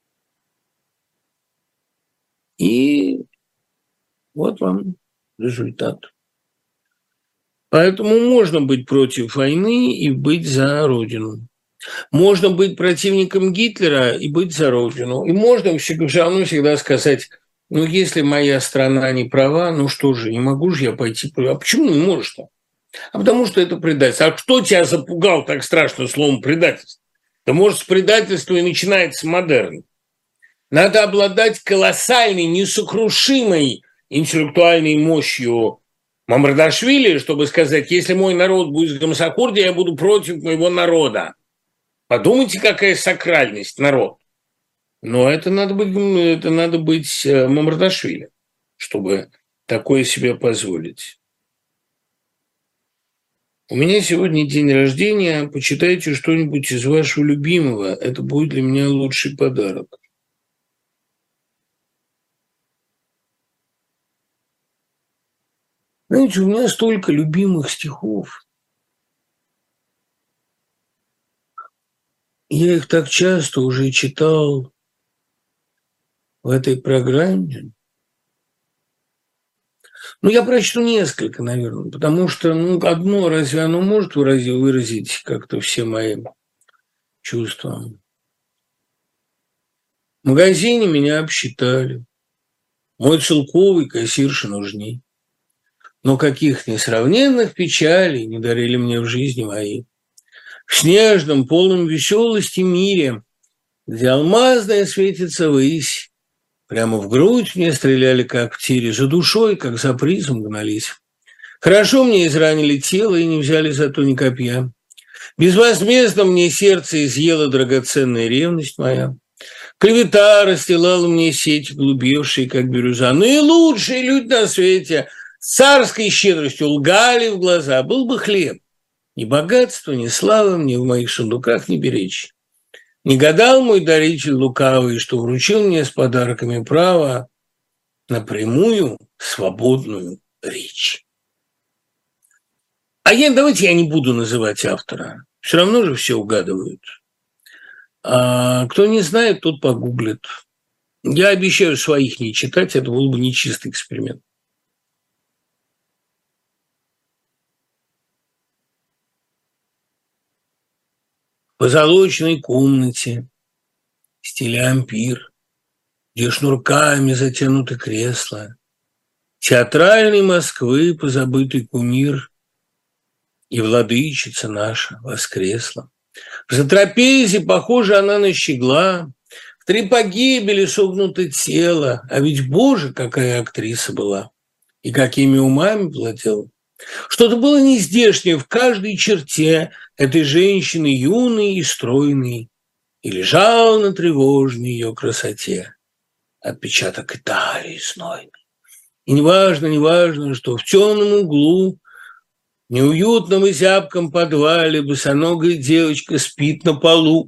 И вот вам результат. Поэтому можно быть против войны и быть за Родину. Можно быть противником Гитлера и быть за Родину. И можно все равно всегда сказать, ну, если моя страна не права, ну что же, не могу же я пойти... А почему не можешь-то? А потому что это предательство. А кто тебя запугал так страшно словом предательство? Да может, с предательства и начинается модерн. Надо обладать колоссальной, несокрушимой интеллектуальной мощью Мамардашвили, чтобы сказать, если мой народ будет в Гамсакурде, я буду против моего народа. Подумайте, какая сакральность народ. Но это надо быть, это надо быть Мамардашвили, чтобы такое себе позволить. У меня сегодня день рождения. Почитайте что-нибудь из вашего любимого. Это будет для меня лучший подарок. Знаете, у меня столько любимых стихов. Я их так часто уже читал в этой программе. Ну, я прочту несколько, наверное, потому что, ну, одно, разве оно может выразить, выразить как-то все мои чувства? В магазине меня обсчитали. Мой целковый кассирша нужней. Но каких несравненных печалей не дарили мне в жизни мои. В снежном, полном веселости мире, где алмазная светится высь, прямо в грудь мне стреляли, как в тире, за душой, как за призом гнались. Хорошо мне изранили тело и не взяли зато ни копья. Безвозмездно мне сердце изъела драгоценная ревность моя. Клевета расстилала мне сеть, глубевшие, как бирюза. Наилучшие люди на свете с царской щедростью лгали в глаза. Был бы хлеб. Ни богатства, ни славы мне в моих сундуках не беречь. Не гадал мой даритель лукавый, что вручил мне с подарками право на прямую свободную речь. А я, давайте я не буду называть автора. Все равно же все угадывают. А кто не знает, тот погуглит. Я обещаю своих не читать, это был бы нечистый эксперимент. В позолоченной комнате, в стиле ампир, где шнурками затянуты кресла, театральной Москвы позабытый кумир и владычица наша воскресла. В затрапезе похожа она на щегла, в три погибели согнуто тело, а ведь, боже, какая актриса была, и какими умами владела. Что-то было нездешнее в каждой черте этой женщины юной и стройной, и лежал на тревожной ее красоте отпечаток Италии знойной. И неважно, неважно, что в темном углу, в неуютном и зябком подвале босоногая девочка спит на полу,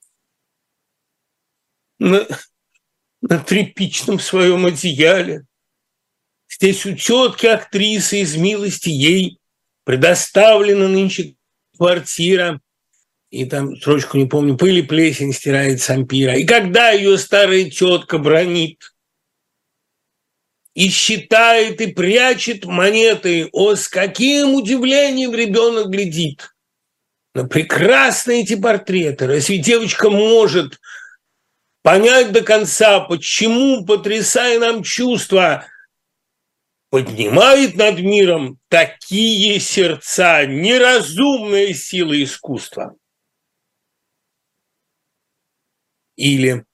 на, на тряпичном своем одеяле. Здесь у тетки актрисы из милости ей предоставлена нынче квартира. И там строчку не помню, пыль и плесень стирает с ампира. И когда ее старая тетка бронит и считает, и прячет монеты, о, с каким удивлением ребенок глядит на прекрасные эти портреты. Разве девочка может понять до конца, почему, потрясая нам чувства, поднимает над миром такие сердца, неразумная сила искусства? Или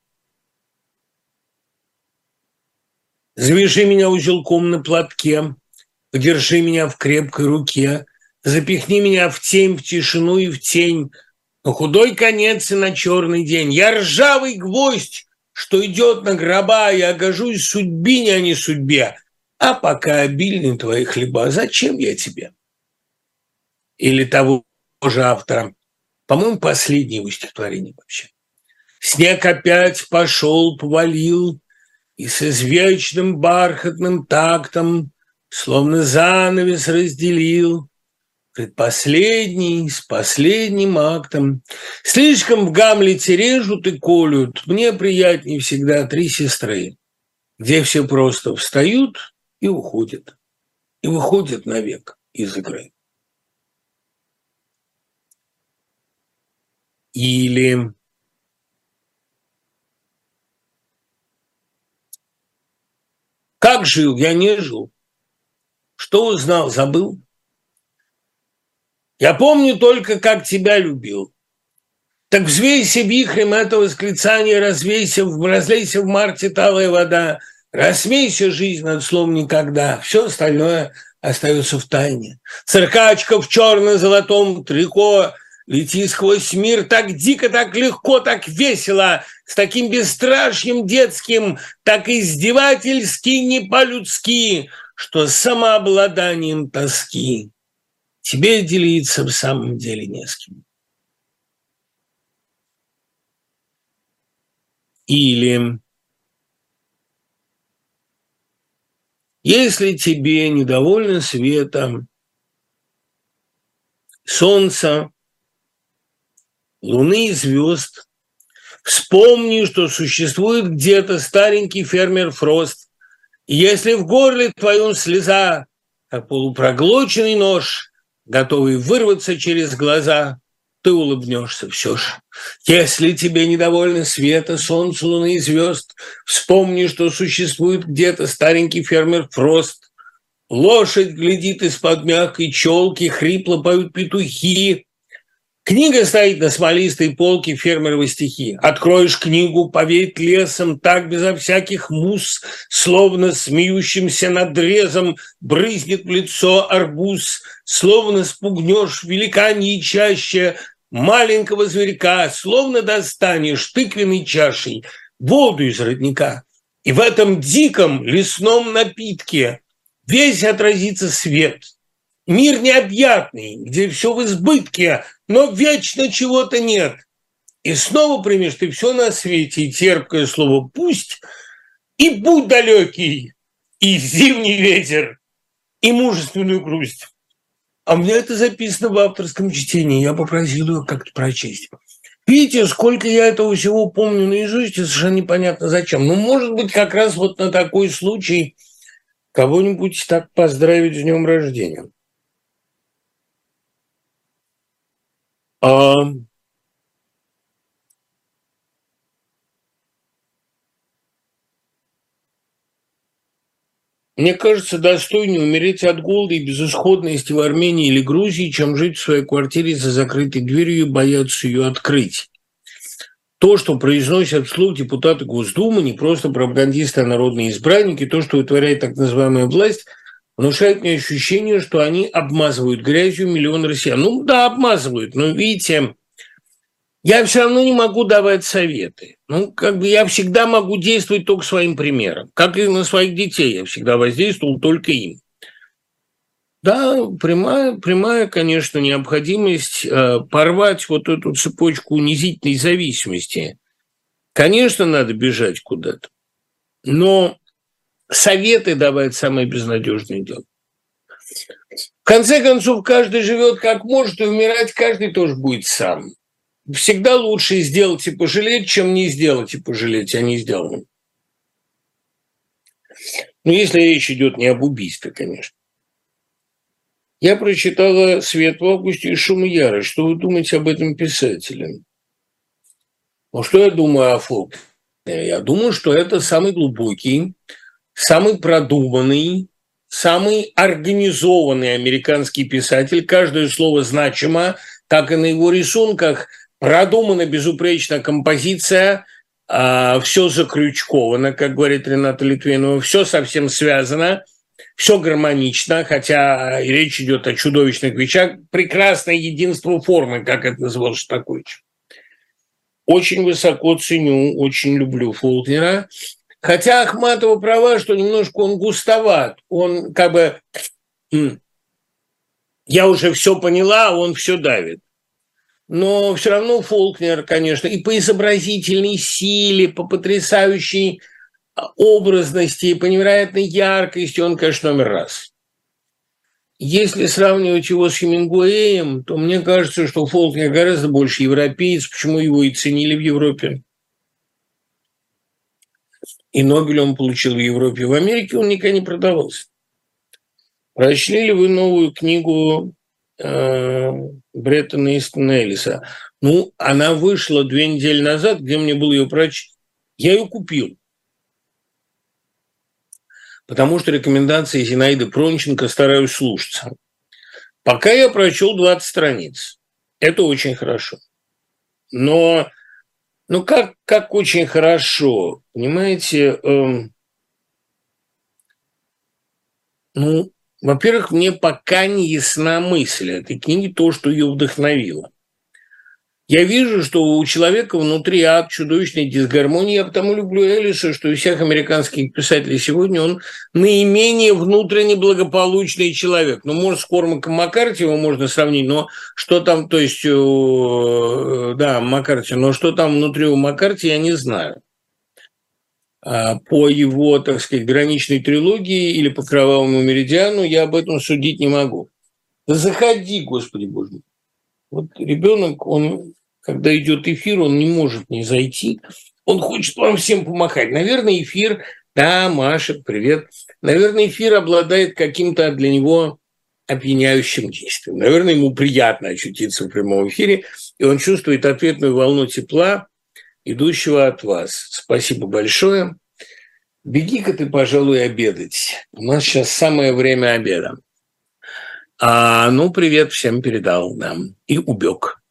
завяжи меня узелком на платке, подержи меня в крепкой руке, запихни меня в тень, в тишину и в тень, на худой конец и на черный день. Я ржавый гвоздь, что идет на гроба, я гожусь судьбине, а не судьбе. А пока обильны твои хлеба, зачем я тебе? Или того же автора, по-моему, последнее его стихотворение вообще. Снег опять пошел, повалил, и с извечным бархатным тактом словно занавес разделил предпоследний с последним актом. Слишком в Гамлете режут и колют, мне приятнее всегда три сестры, где все просто встают и уходят, и выходят навек из игры. Или как жил, я не жил. Что узнал, забыл. Я помню только, как тебя любил. Так взвейся вихрем это восклицание, развейся, в- разлейся в марте талая вода, рассмейся жизнь над словом никогда, все остальное остается в тайне. Циркачка в черно-золотом трико, лети сквозь мир так дико, так легко, так весело, с таким бесстрашием детским, так издевательски, не по-людски, что с самообладанием тоски тебе делиться в самом деле не с кем. Или если тебе недовольно светом солнца, луны и звезд, вспомни, что существует где-то старенький фермер Фрост. И если в горле твоем слеза, как полупроглоченный нож, готовый вырваться через глаза, ты улыбнешься все же. Если тебе недовольно света, солнца, луны и звезд, вспомни, что существует где-то старенький фермер Фрост. Лошадь глядит из-под мягкой челки, хрипло поют петухи. Книга стоит на смолистой полке, фермеровы стихи. Откроешь книгу, повеет лесом, так безо всяких мус, словно смеющимся надрезом брызнет в лицо арбуз, словно спугнешь великаньей чаще маленького зверька, словно достанешь тыквенной чашей воду из родника. И в этом диком лесном напитке весь отразится свет. Мир необъятный, где все в избытке, но вечно чего-то нет. И снова примешь ты все на свете, и терпкое слово «пусть», и будь далекий, и зимний ветер, и мужественную грусть. А у меня это записано в авторском чтении, я попросил ее как-то прочесть. Видите, сколько я этого всего помню наизусть, и совершенно непонятно зачем. Ну, может быть, как раз вот на такой случай кого-нибудь так поздравить с днем рождения. А... Мне кажется, достойнее умереть от голода и безысходности в Армении или Грузии, чем жить в своей квартире за закрытой дверью и бояться ее открыть. То, что произносят вслух депутаты Госдумы, не просто пропагандисты, а народные избранники, то, что вытворяет так называемая власть, внушает мне ощущение, что они обмазывают грязью миллион россиян. Ну да, обмазывают, но видите, я все равно не могу давать советы. Ну, как бы я всегда могу действовать только своим примером. Как и на своих детей я всегда воздействовал только им. Да, прямая, прямая, конечно, необходимость э, порвать вот эту цепочку унизительной зависимости. Конечно, надо бежать куда-то, но советы давать самое безнадежное дело. В конце концов, каждый живет как может, и умирать каждый тоже будет сам. Всегда лучше сделать и пожалеть, чем не сделать и пожалеть, а не сделанным. Ну, если речь идет не об убийстве, конечно. Я прочитала «Свет в августе» и «Шум и ярость». Что вы думаете об этом писателе? Ну, что я думаю о Фолкнере? Я думаю, что это самый глубокий, самый продуманный, самый организованный американский писатель. Каждое слово значимо, как и на его рисунках. Продумана безупречная композиция, все закрючковано, как говорит Рената Литвинова, все совсем связано, все гармонично, хотя речь идет о чудовищных вещах. Прекрасное единство формы, как это называл Шостакович. Очень высоко ценю, очень люблю Фолкнера. Хотя Ахматова права, что немножко он густоват. Он как бы... Я уже все поняла, а он все давит. Но все равно Фолкнер, конечно, и по изобразительной силе, по потрясающей образности, и по невероятной яркости, он, конечно, номер раз. Если сравнивать его с Хемингуэем, то мне кажется, что Фолкнер гораздо больше европеец, почему его и ценили в Европе. И Нобель он получил в Европе. В Америке он никогда не продавался. Прочли ли вы новую книгу Бреттона Истона Эллиса? Ну, она вышла две недели назад, где мне было ее прочесть. Я ее купил. Потому что рекомендации Зинаиды Пронченко стараюсь слушаться. Пока я прочел двадцать страниц. Это очень хорошо. Но, ну как, как очень хорошо, понимаете, эм, ну, во-первых, мне пока не ясна мысль этой книги, то, что ее вдохновило. Я вижу, что у человека внутри ад чудовищной дисгармонии. Я потому люблю Эллиса, что из всех американских писателей сегодня он наименее внутренне благополучный человек. Ну, может, с Кормаком Маккарти его можно сравнить, но что там, то есть, да, Маккарти, но что там внутри у Маккарти, я не знаю. По его, так сказать, граничной трилогии или по Кровавому меридиану я об этом судить не могу. Да заходи, Господи Боже мой. Вот ребенок, он, когда идет эфир, он не может не зайти. Он хочет вам всем помахать. Наверное, эфир, да, Маша, привет. Наверное, эфир обладает каким-то для него опьяняющим действием. Наверное, ему приятно очутиться в прямом эфире, и он чувствует ответную волну тепла, идущего от вас. Спасибо большое. Беги-ка ты, пожалуй, обедать. У нас сейчас самое время обеда. А, ну, привет всем передал, да, и убег.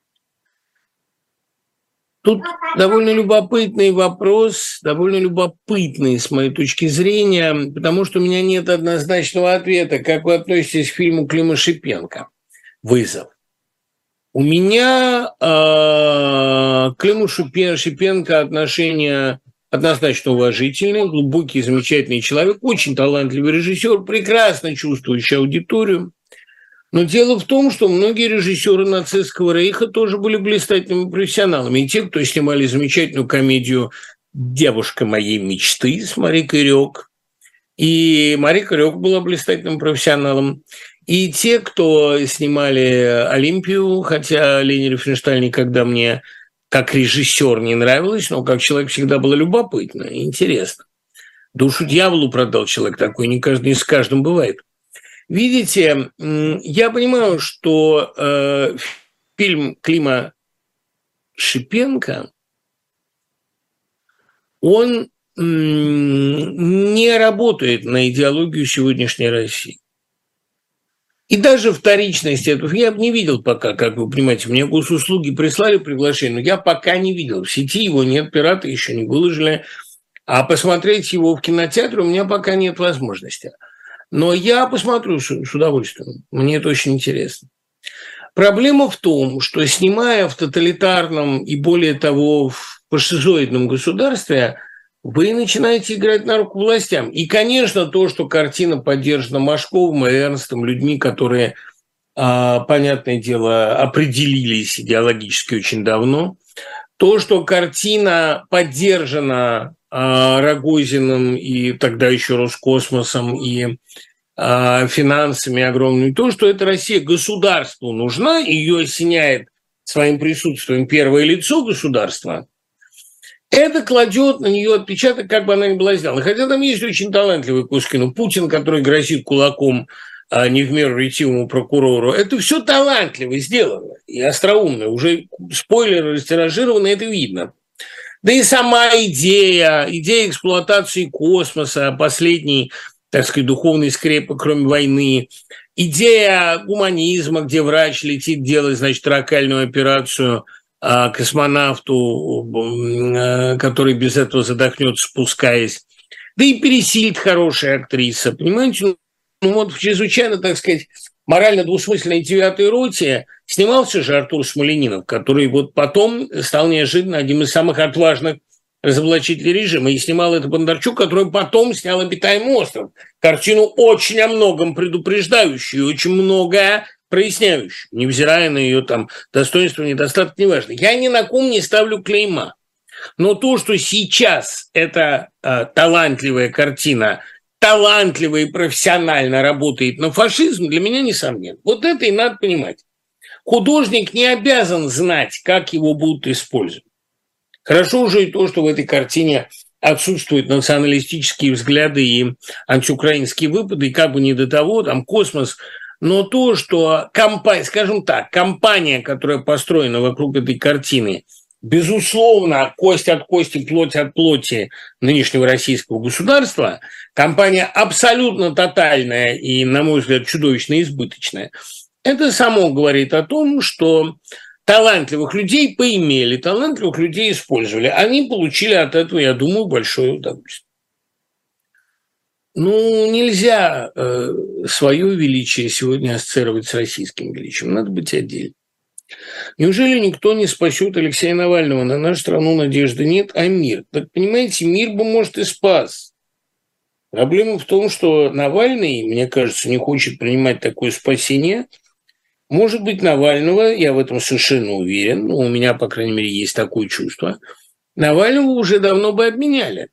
Тут довольно любопытный вопрос, довольно любопытный с моей точки зрения, потому что у меня нет однозначного ответа. Как вы относитесь к фильму Клима Шипенко «Вызов»? У меня э, к Климу Шипенко отношения однозначно уважительные, глубокий, замечательный человек, очень талантливый режиссер, прекрасно чувствующий аудиторию. Но дело в том, что многие режиссеры нацистского рейха тоже были блистательными профессионалами. И те, кто снимали замечательную комедию «Девушка моей мечты» с Марикой Рёк. И Марика Рёк была блистательным профессионалом. И те, кто снимали «Олимпию», хотя Лени Рифеншталь никогда мне как режиссер не нравилась, но как человек всегда было любопытно и интересно. Душу дьяволу продал человек такой, не, каждый, не с каждым бывает. Видите, я понимаю, что э, фильм Клима Шипенко, он м, не работает на идеологию сегодняшней России. И даже вторичность этого я бы не видел пока, как вы понимаете. Мне госуслуги прислали приглашение, но я пока не видел. В сети его нет, пираты еще не выложили. А посмотреть его в кинотеатре у меня пока нет возможности. Но я посмотрю с удовольствием. Мне это очень интересно. Проблема в том, что снимая в тоталитарном и, более того, в фашизоидном государстве, вы начинаете играть на руку властям. И, конечно, то, что картина поддержана Машковым и Эрнстом, людьми, которые, понятное дело, определились идеологически очень давно, то, что картина поддержана Рогозиным и тогда еще Роскосмосом и э, финансами огромными, то, что эта Россия государству нужна, ее осеняет своим присутствием первое лицо государства, это кладет на нее отпечаток, как бы она ни была сделана. Хотя там есть очень талантливые куски, ну, Путин, который грозит кулаком а, не в меру ретивому прокурору, это все талантливо сделано и остроумно, уже спойлеры растиражированы, это видно. Да и сама идея, идея эксплуатации космоса, последней, так сказать, духовной скрепы, кроме войны, идея гуманизма, где врач летит делать, значит, ракальную операцию а, космонавту, а, который без этого задохнется, спускаясь. Да и Пересильд хорошая актриса, понимаете? Ну вот в чрезвычайно, так сказать, морально двусмысленной девятой роте снимался же Артур Смольянинов, который вот потом стал неожиданно одним из самых отважных разоблачителей режима. И снимал это Бондарчук, который потом снял «Обитаемый остров». Картину очень о многом предупреждающую, очень многое проясняющую, невзирая на ее там достоинства, недостатки, неважно. Я ни на ком не ставлю клейма. Но то, что сейчас эта э, талантливая картина талантливо и профессионально работает на фашизм, для меня несомненно. Вот это и надо понимать. Художник не обязан знать, как его будут использовать. Хорошо уже и то, что в этой картине отсутствуют националистические взгляды и антиукраинские выпады, и как бы не до того, там космос. Но то, что компания, скажем так, компания, которая построена вокруг этой картины, безусловно, кость от кости, плоть от плоти нынешнего российского государства, компания абсолютно тотальная и, на мой взгляд, чудовищно избыточная. Это само говорит о том, что Талантливых людей поимели, талантливых людей использовали. Они получили от этого, я думаю, большое удовольствие. Ну, нельзя э, свое величие сегодня ассоциировать с российским величием. Надо быть отдельно. Неужели никто не спасет Алексея Навального? На нашу страну надежды нет, а мир? Так, понимаете, мир бы, может, и спас. Проблема в том, что Навальный, мне кажется, не хочет принимать такое спасение. Может быть, Навального, я в этом совершенно уверен, ну, у меня, по крайней мере, есть такое чувство, Навального уже давно бы обменяли.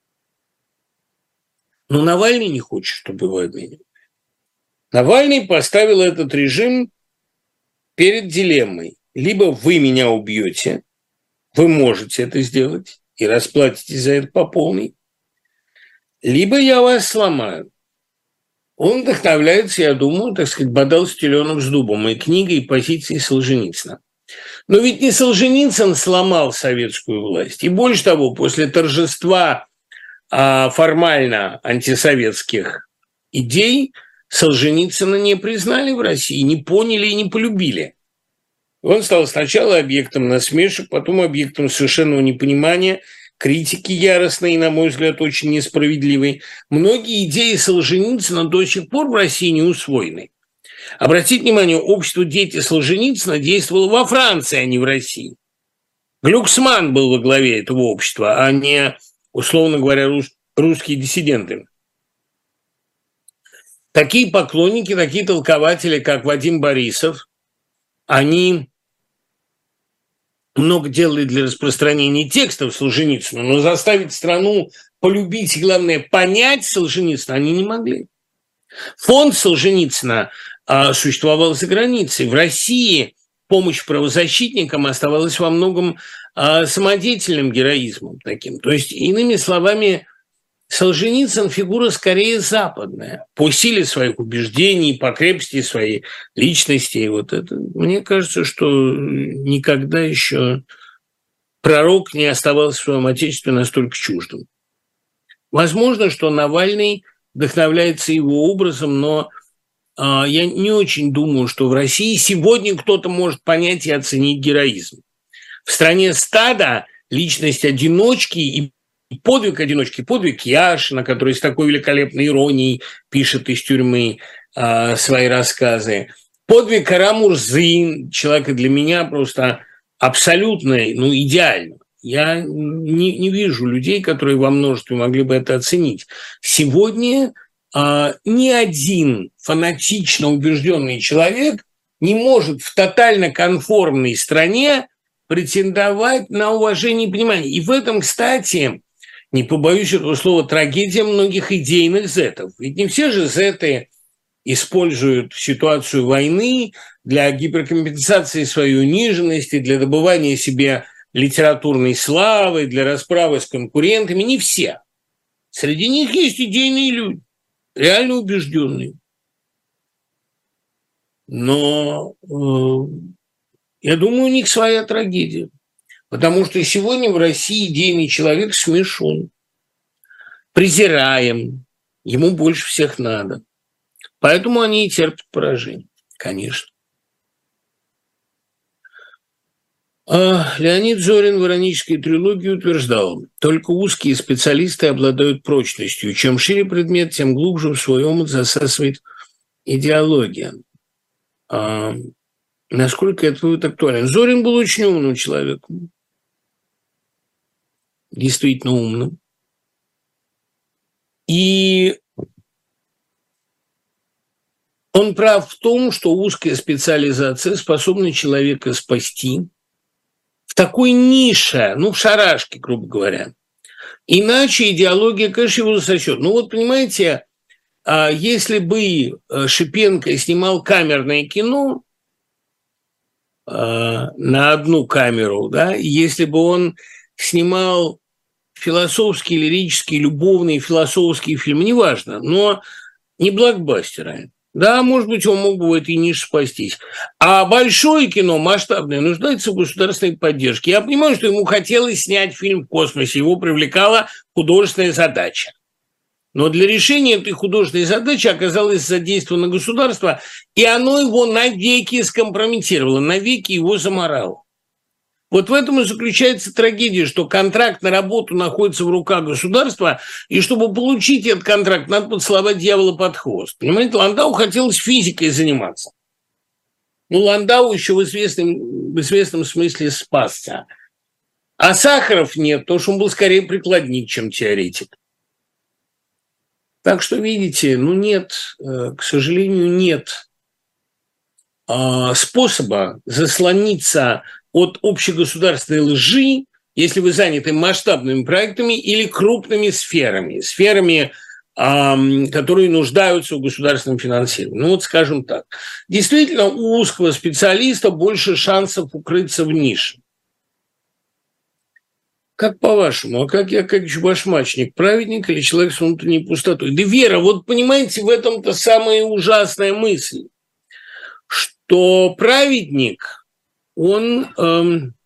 Но Навальный не хочет, чтобы его обменяли. Навальный поставил этот режим перед дилеммой. Либо вы меня убьете, вы можете это сделать и расплатитесь за это по полной, либо я вас сломаю. Он вдохновляется, я думаю, так сказать, бодался теленок с дубом и книгой, и позицией Солженицына. Но ведь не Солженицын сломал советскую власть. И больше того, после торжества а, формально антисоветских идей Солженицына не признали в России, не поняли и не полюбили. Он стал сначала объектом насмешек, потом объектом совершенного непонимания, критики яростной и, на мой взгляд, очень несправедливой. Многие идеи Солженицына до сих пор в России не усвоены. Обратите внимание, общество «Дети Солженицына» действовало во Франции, а не в России. Глюксман был во главе этого общества, а не, условно говоря, рус- русские диссиденты. Такие поклонники, такие толкователи, как Вадим Борисов, они много делали для распространения текстов Солженицына, но заставить страну полюбить и, главное, понять Солженицына они не могли. Фонд Солженицына а, существовал за границей. В России помощь правозащитникам оставалась во многом а, самодеятельным героизмом таким. То есть, иными словами, Солженицын – фигура скорее западная, по силе своих убеждений, по крепости своей личности. И вот это, мне кажется, что никогда еще пророк не оставался в своем отечестве настолько чуждым. Возможно, что Навальный вдохновляется его образом, но а, я не очень думаю, что в России сегодня кто-то может понять и оценить героизм. В стране стада личность одиночки и подвиг одиночки, подвиг Яшина, который с такой великолепной иронией пишет из тюрьмы э, свои рассказы. Подвиг Кара-Мурзы, человека для меня просто абсолютно, ну, идеально. Я не, не вижу людей, которые во множестве могли бы это оценить. Сегодня э, ни один фанатично убежденный человек не может в тотально конформной стране претендовать на уважение и понимание. И в этом, кстати, не побоюсь этого слова, трагедия многих идейных зетов. Ведь не все же зеты используют ситуацию войны для гиперкомпенсации своей униженности, для добывания себе литературной славы, для расправы с конкурентами. Не все. Среди них есть идейные люди, реально убежденные. Но э, я думаю, у них своя трагедия. Потому что сегодня в России идейный человек смешон, презираем, ему больше всех надо. Поэтому они и терпят поражение, конечно. А Леонид Зорин в «Иронической трилогии» утверждал, только узкие специалисты обладают прочностью. Чем шире предмет, тем глубже в свой омут засасывает идеология. А насколько это будет актуально? Зорин был очень умным человеком. Действительно умным. И он прав в том, что узкая специализация способна человека спасти в такой нише, ну, в шарашке, грубо говоря. Иначе идеология, конечно, его засосет. Ну, вот, понимаете, если бы Шипенко снимал камерное кино на одну камеру, да, если бы он снимал философские, лирические, любовные, философские фильмы, неважно, но не блокбастеры. Да, может быть, он мог бы в этой нише спастись. А большое кино, масштабное, нуждается в государственной поддержке. Я понимаю, что ему хотелось снять фильм в космосе, его привлекала художественная задача. Но для решения этой художественной задачи оказалось задействовано государство, и оно его навеки скомпрометировало, навеки его заморало. Вот в этом и заключается трагедия, что контракт на работу находится в руках государства, и чтобы получить этот контракт, надо поцеловать дьявола под хвост. Понимаете, Ландау хотелось физикой заниматься. Ну, Ландау еще в известном, в известном смысле спасся. А Сахаров нет, потому что он был скорее прикладник, чем теоретик. Так что, видите, ну нет, к сожалению, нет способа заслониться от общегосударственной лжи, если вы заняты масштабными проектами или крупными сферами, сферами, которые нуждаются в государственном финансировании. Ну вот скажем так. Действительно, у узкого специалиста больше шансов укрыться в нише. Как по-вашему, а как я, как башмачник, праведник или человек с внутренней пустотой? Да, Вера, вот понимаете, в этом-то самая ужасная мысль, что праведник, он эм,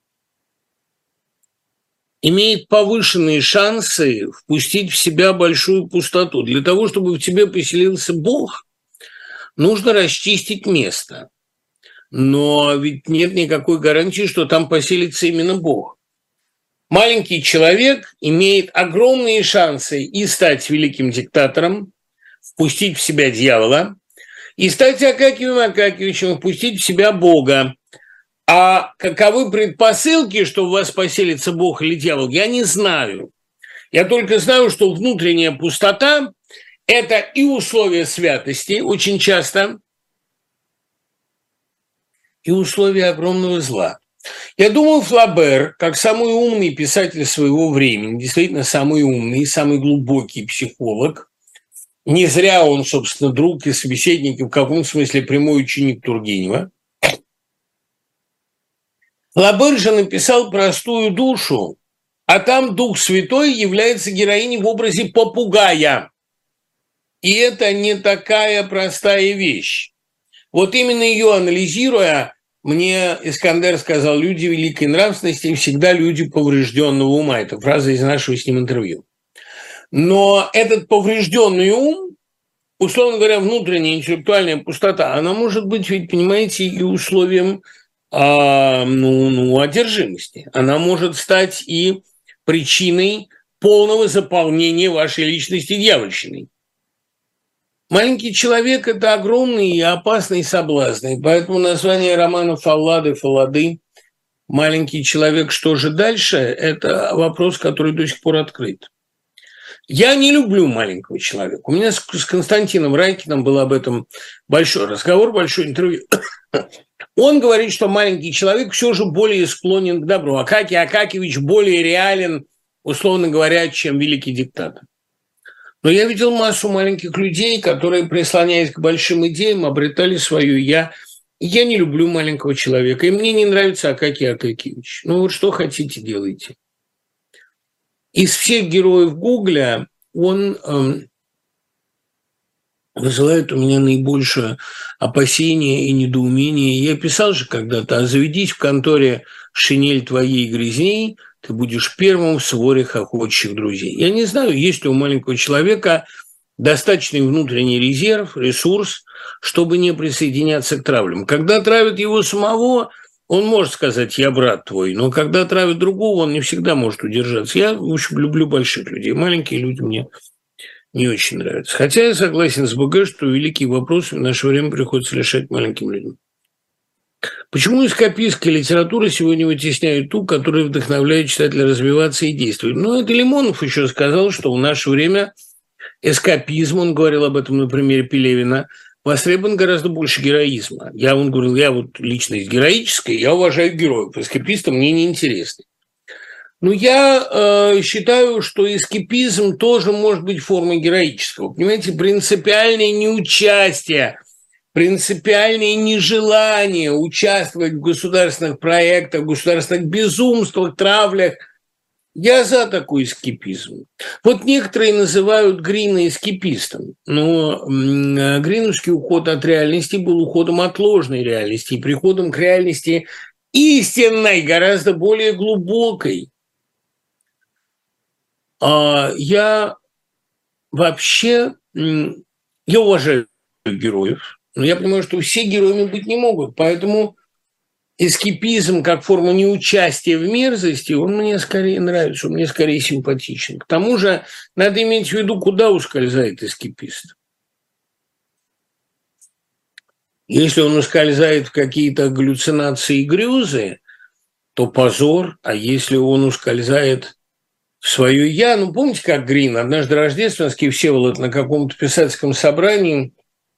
имеет повышенные шансы впустить в себя большую пустоту. Для того, чтобы в тебе поселился Бог, нужно расчистить место. Но ведь нет никакой гарантии, что там поселится именно Бог. Маленький человек имеет огромные шансы и стать великим диктатором, впустить в себя дьявола, и стать Акакиевым Акакиевичем, впустить в себя Бога. А каковы предпосылки, что у вас поселится Бог или дьявол, я не знаю. Я только знаю, что внутренняя пустота – это и условия святости, очень часто, и условия огромного зла. Я думаю, Флабер, как самый умный писатель своего времени, действительно самый умный, самый глубокий психолог, не зря он, собственно, друг и собеседник, и в каком смысле прямой ученик Тургенева, Флабер же написал «Простую душу», а там Дух Святой является героиней в образе попугая. И это не такая простая вещь. Вот именно ее анализируя, мне Искандер сказал: люди великой нравственности всегда люди поврежденного ума. Это фраза из нашего с ним интервью. Но этот поврежденный ум, условно говоря, внутренняя интеллектуальная пустота, она может быть, ведь, понимаете, и условием а, ну, ну, одержимости. Она может стать и причиной полного заполнения вашей личности дьявольщиной. Маленький человек – это огромный и опасный соблазн, и поэтому название романа «Фаллады», «Фаллады», «Маленький человек. Что же дальше?» – это вопрос, который до сих пор открыт. Я не люблю маленького человека. У меня с Константином Райкиным был об этом большой разговор, большое интервью. Он говорит, что маленький человек все же более склонен к добру. Акакий Акакиевич более реален, условно говоря, чем великий диктатор. Но я видел массу маленьких людей, которые, прислоняясь к большим идеям, обретали свое «я». И я не люблю маленького человека, и мне не нравится Акакий Акакиевич. Ну вот что хотите, делайте. Из всех героев Гугля он эм, вызывает у меня наибольшее опасение и недоумение. Я писал же когда-то: а заведись в конторе шинель твоей грязней, ты будешь первым в своре хохочущих друзей. Я не знаю, есть ли у маленького человека достаточный внутренний резерв, ресурс, чтобы не присоединяться к травлям. Когда травят его самого, он может сказать: я брат твой, но когда травят другого, он не всегда может удержаться. Я, в общем, люблю больших людей. Маленькие люди мне не очень нравятся. Хотя я согласен с БГ, что великие вопросы в наше время приходится решать маленьким людям. Почему эскапистская литература сегодня вытесняет ту, которая вдохновляет читателя развиваться и действовать? Ну, это Лимонов еще сказал, что в наше время эскапизм, он говорил об этом на примере Пелевина, востребован гораздо больше героизма. Я, он говорил, я вот личность героическая, я уважаю героев, эскаписты мне не интересны. Но я э, считаю, что эскапизм тоже может быть формой героического. Понимаете, принципиальное неучастие, принципиальное нежелание участвовать в государственных проектах, в государственных безумствах, травлях. Я за такой эскапизм. Вот некоторые называют Грина эскапистом, но гриновский уход от реальности был уходом от ложной реальности и приходом к реальности истинной, гораздо более глубокой. Я вообще я уважаю героев, но я понимаю, что все героями быть не могут, поэтому эскепизм как форма неучастия в мерзости, он мне скорее нравится, он мне скорее симпатичен. К тому же надо иметь в виду, куда ускользает эскепист. Если он ускользает в какие-то галлюцинации и грезы, то позор, а если он ускользает в свое «я», ну, помните, как Грин, однажды рождественский Всеволод на каком-то писательском собрании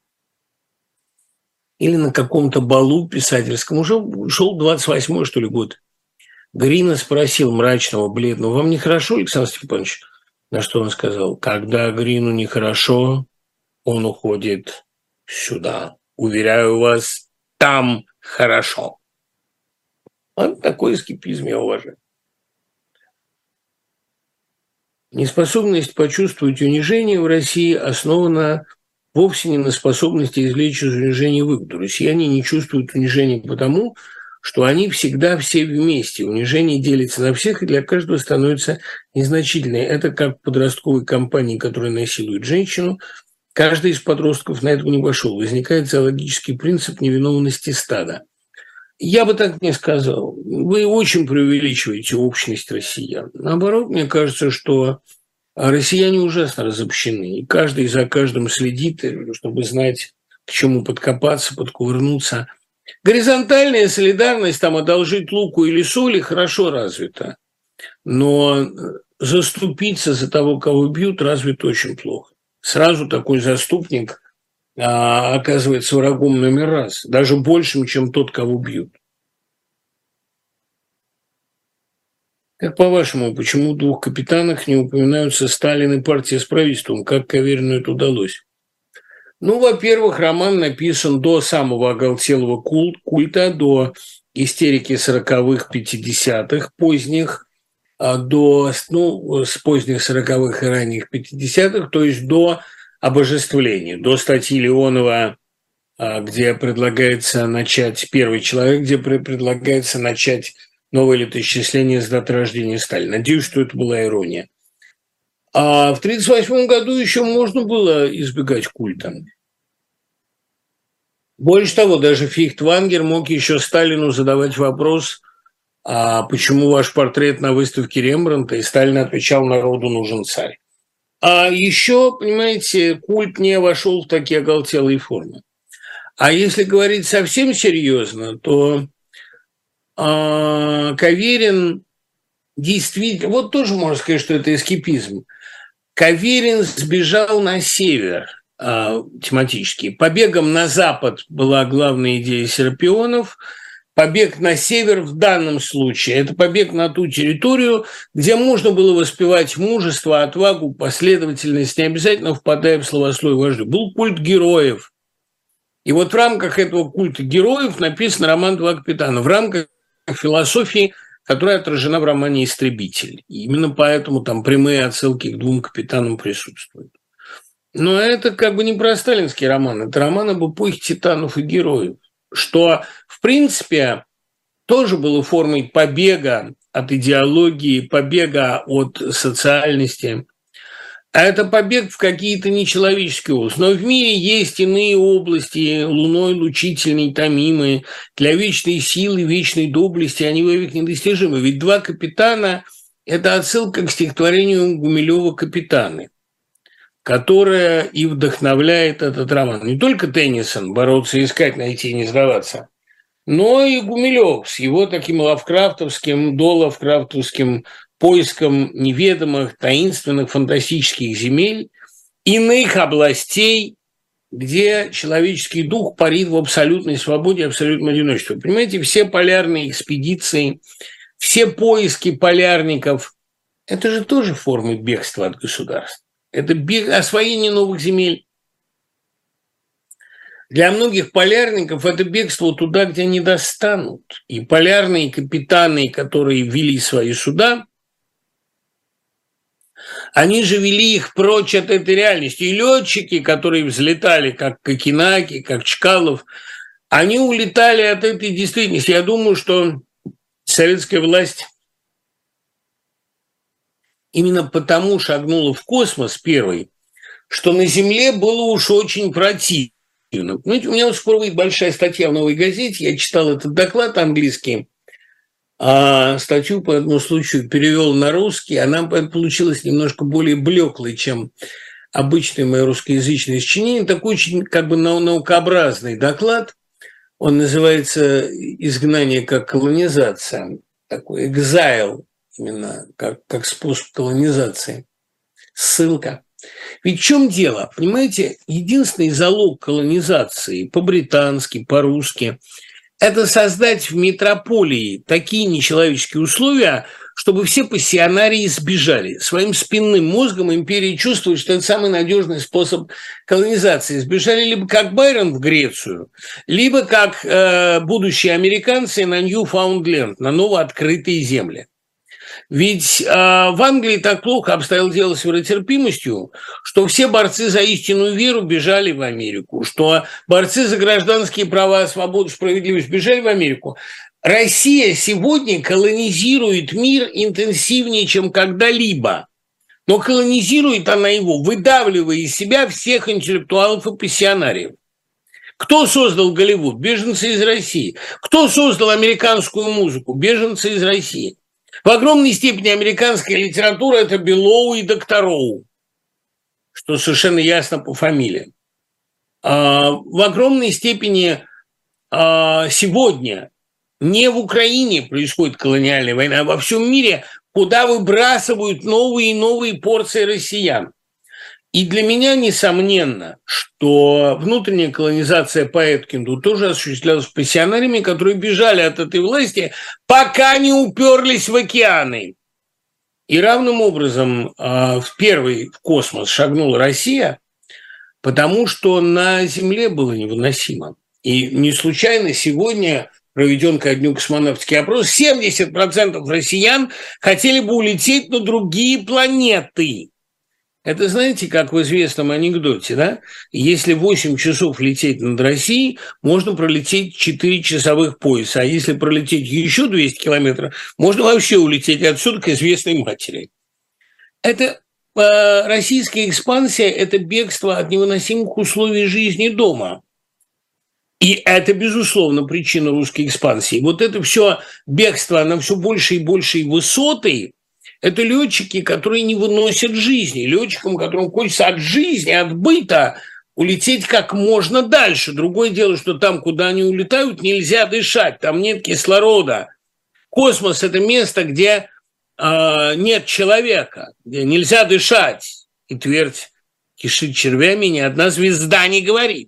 или на каком-то балу писательском, уже шел двадцать восьмой, что ли, год, Грина спросил мрачного, бледного: «Вам нехорошо, Александр Степанович?» На что он сказал: «Когда Грину нехорошо, он уходит сюда. Уверяю вас, там хорошо». Вот такой эскепизм я уважаю. Неспособность почувствовать унижение в России основана вовсе не на способности извлечь из унижения выгоду. Россияне не чувствуют унижения потому, что они всегда все вместе. Унижение делится на всех, и для каждого становится незначительной. Это как в подростковой кампании, которая насилует женщину. Каждый из подростков на это не пошел. Возникает зоологический принцип невиновности стада. Я бы так не сказал. Вы очень преувеличиваете общность россиян. Наоборот, мне кажется, что россияне ужасно разобщены. И каждый за каждым следит, чтобы знать, к чему подкопаться, подкувырнуться. Горизонтальная солидарность, там, одолжить луку или соли, хорошо развита. Но заступиться за того, кого бьют, развито очень плохо. Сразу такой заступник а, оказывается врагом номер раз, даже большим, чем тот, кого бьют. Как по-вашему, почему в «Двух капитанах» не упоминаются Сталин и партия с правительством? Как Каверину это удалось? Ну, во-первых, роман написан до самого оголтелого культа, до истерики сороковых, пятидесятых, поздних, до, ну, с поздних сороковых и ранних пятидесятых, то есть до обожествления, до статьи Леонова, где предлагается начать, «Первый человек», где предлагается начать новое летоисчисление с даты рождения Сталина. Надеюсь, что это была ирония. А в тридцать восьмом году еще можно было избегать культа. Больше того, даже Фихтвангер мог еще Сталину задавать вопрос: а почему ваш портрет на выставке Рембрандта? И Сталин отвечал: народу нужен царь. А еще, понимаете, культ не вошел в такие оголтелые формы. А если говорить совсем серьезно, то а, Каверин действительно, вот тоже можно сказать, что это эскепизм. Каверин сбежал на север а, тематически. Побегом на запад была главная идея Серапионов. Побег на север в данном случае – это побег на ту территорию, где можно было воспевать мужество, отвагу, последовательность, не обязательно впадая в словословие вождю. Был культ героев. И вот в рамках этого культа героев написан роман «Два капитана», в рамках философии, которая отражена в романе «Истребитель». И именно поэтому там прямые отсылки к «Двум капитанам» присутствуют. Но это как бы не про сталинский роман, это роман об эпохе титанов и героев, что, в принципе, тоже было формой побега от идеологии, побега от социальности. А это побег в какие-то нечеловеческие области. Но в мире есть иные области, луной лучительной, томимые, для вечной силы, вечной доблести, они вовек недостижимы. Ведь «Два капитана» – это отсылка к стихотворению Гумилёва «Капитаны», которое и вдохновляет этот роман. Не только Теннисон «Бороться, искать, найти, не сдаваться», но и Гумилёв с его таким лавкрафтовским, долавкрафтовским поиском неведомых, таинственных, фантастических земель, иных областей, где человеческий дух парит в абсолютной свободе, абсолютном одиночестве. Понимаете, все полярные экспедиции, все поиски полярников – это же тоже формы бегства от государства. Это бег, освоение новых земель. Для многих полярников это бегство туда, где не достанут. И полярные капитаны, которые вели свои суда, они же вели их прочь от этой реальности. И летчики, которые взлетали, как Кокенаки, как Чкалов, они улетали от этой действительности. Я думаю, что советская власть именно потому шагнула в космос первой, что на Земле было уж очень противно. Знаете, у меня вот скоро выйдет большая статья в «Новой газете», я читал этот доклад английский, а статью по этому случаю перевел на русский, она получилась немножко более блеклой, чем обычное мое русскоязычное сочинение. Такой очень как бы наукообразный доклад, он называется «Изгнание как колонизация», такой exile именно как, как способ колонизации, ссылка. Ведь в чем дело? Понимаете, единственный залог колонизации по-британски, по-русски – это создать в метрополии такие нечеловеческие условия, чтобы все пассионарии сбежали. Своим спинным мозгом империя чувствует, что это самый надежный способ колонизации. Сбежали либо как Байрон в Грецию, либо как э, будущие американцы на Ньюфаундленд, на новооткрытые земли. Ведь э, в Англии так плохо обстояло дело с веротерпимостью, что все борцы за истинную веру бежали в Америку, что борцы за гражданские права, свободу, справедливость бежали в Америку. Россия сегодня колонизирует мир интенсивнее, чем когда-либо. Но колонизирует она его, выдавливая из себя всех интеллектуалов и пассионариев. Кто создал Голливуд? Беженцы из России. Кто создал американскую музыку? Беженцы из России. В огромной степени американская литература – это Беллоу и Доктороу, что совершенно ясно по фамилиям. В огромной степени сегодня не в Украине происходит колониальная война, а во всем мире, куда выбрасывают новые и новые порции россиян. И для меня несомненно, что внутренняя колонизация по Эткинду тоже осуществлялась пассионариями, которые бежали от этой власти, пока не уперлись в океаны. И равным образом в первый в космос шагнула Россия, потому что на Земле было невыносимо. И не случайно сегодня проведен ко дню космонавтики опрос, семьдесят процентов россиян хотели бы улететь на другие планеты. Это, знаете, как в известном анекдоте, да? Если восемь часов лететь над Россией, можно пролететь четыре часовых пояса, а если пролететь еще двести километров, можно вообще улететь отсюда к известной матери. Это э, российская экспансия – это бегство от невыносимых условий жизни дома. И это, безусловно, причина русской экспансии. Вот это все бегство на все больше и большие высоты – это летчики, которые не выносят жизни, летчикам, которым хочется от жизни, от быта улететь как можно дальше. Другое дело, что там, куда они улетают, нельзя дышать, там нет кислорода. Космос – это место, где э, нет человека, где нельзя дышать. И твердь кишит червями, ни одна звезда не говорит.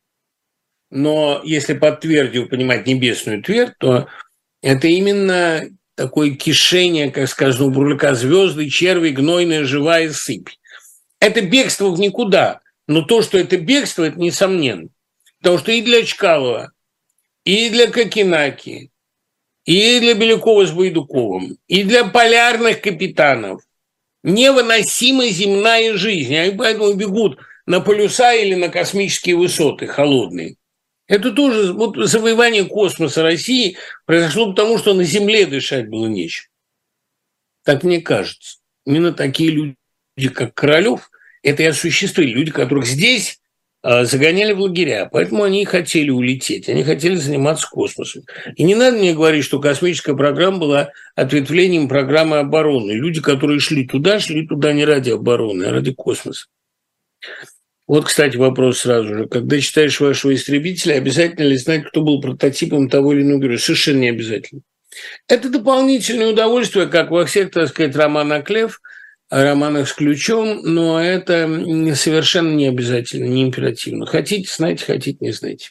Но если под твердью понимать небесную твердь, то это именно такое кишение, как сказано у Бурлака, звезды, черви, гнойная живая сыпь. Это бегство в никуда. Но то, что это бегство, это несомненно. Потому что и для Чкалова, и для Кокенаки, и для Белякова с Байдуковым, и для полярных капитанов невыносима земная жизнь. Они поэтому бегут на полюса или на космические высоты холодные. Это тоже вот завоевание космоса России произошло потому, что на Земле дышать было нечем. Так мне кажется. Именно такие люди, как Королёв, это и осуществили. Люди, которых здесь э, загоняли в лагеря. Поэтому они и хотели улететь. Они хотели заниматься космосом. И не надо мне говорить, что космическая программа была ответвлением программы обороны. Люди, которые шли туда, шли туда не ради обороны, а ради космоса. Вот, кстати, вопрос сразу же. Когда читаешь вашего истребителя, обязательно ли знать, кто был прототипом того или иного героя? Совершенно не обязательно. Это дополнительное удовольствие, как во всех, так сказать, романах Лев, романах с ключом, но это совершенно не обязательно, не императивно. Хотите, знайте, хотите, не знайте.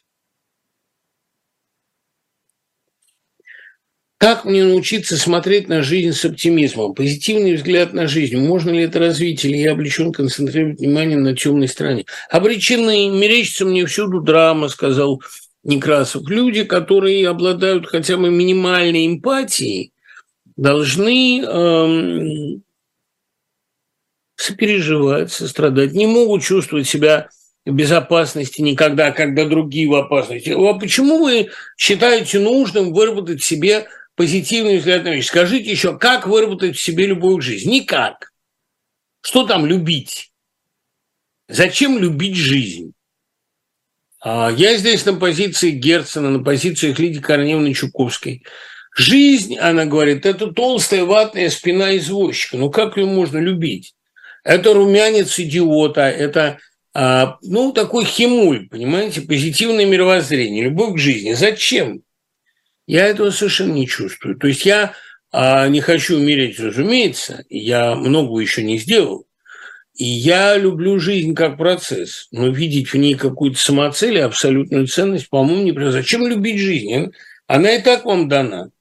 Как мне научиться смотреть на жизнь с оптимизмом? Позитивный взгляд на жизнь. Можно ли это развить, или я обречен концентрировать внимание на темной стороне? Обречены. Мерещится мне всюду драма, сказал Некрасов. Люди, которые обладают хотя бы минимальной эмпатией, должны эм, сопереживать, сострадать. Не могут чувствовать себя в безопасности никогда, когда другие в опасности. А почему вы считаете нужным выработать в себе позитивный взгляд на вещи? Скажите еще, как выработать в себе любовь к жизни? Никак. Что там любить? Зачем любить жизнь? Я здесь на позиции Герцена, на позициях Лидии Корнеевны Чуковской. Жизнь, она говорит, это толстая ватная спина извозчика. Ну как ее можно любить? Это румянец идиота, это, ну, такой химуль, понимаете, позитивное мировоззрение, любовь к жизни. Зачем? Я этого совершенно не чувствую. То есть я не хочу умереть, разумеется, я многого еще не сделал. И я люблю жизнь как процесс, но видеть в ней какую-то самоцель и абсолютную ценность, по-моему, не правильно. Зачем любить жизнь? Она и так вам дана.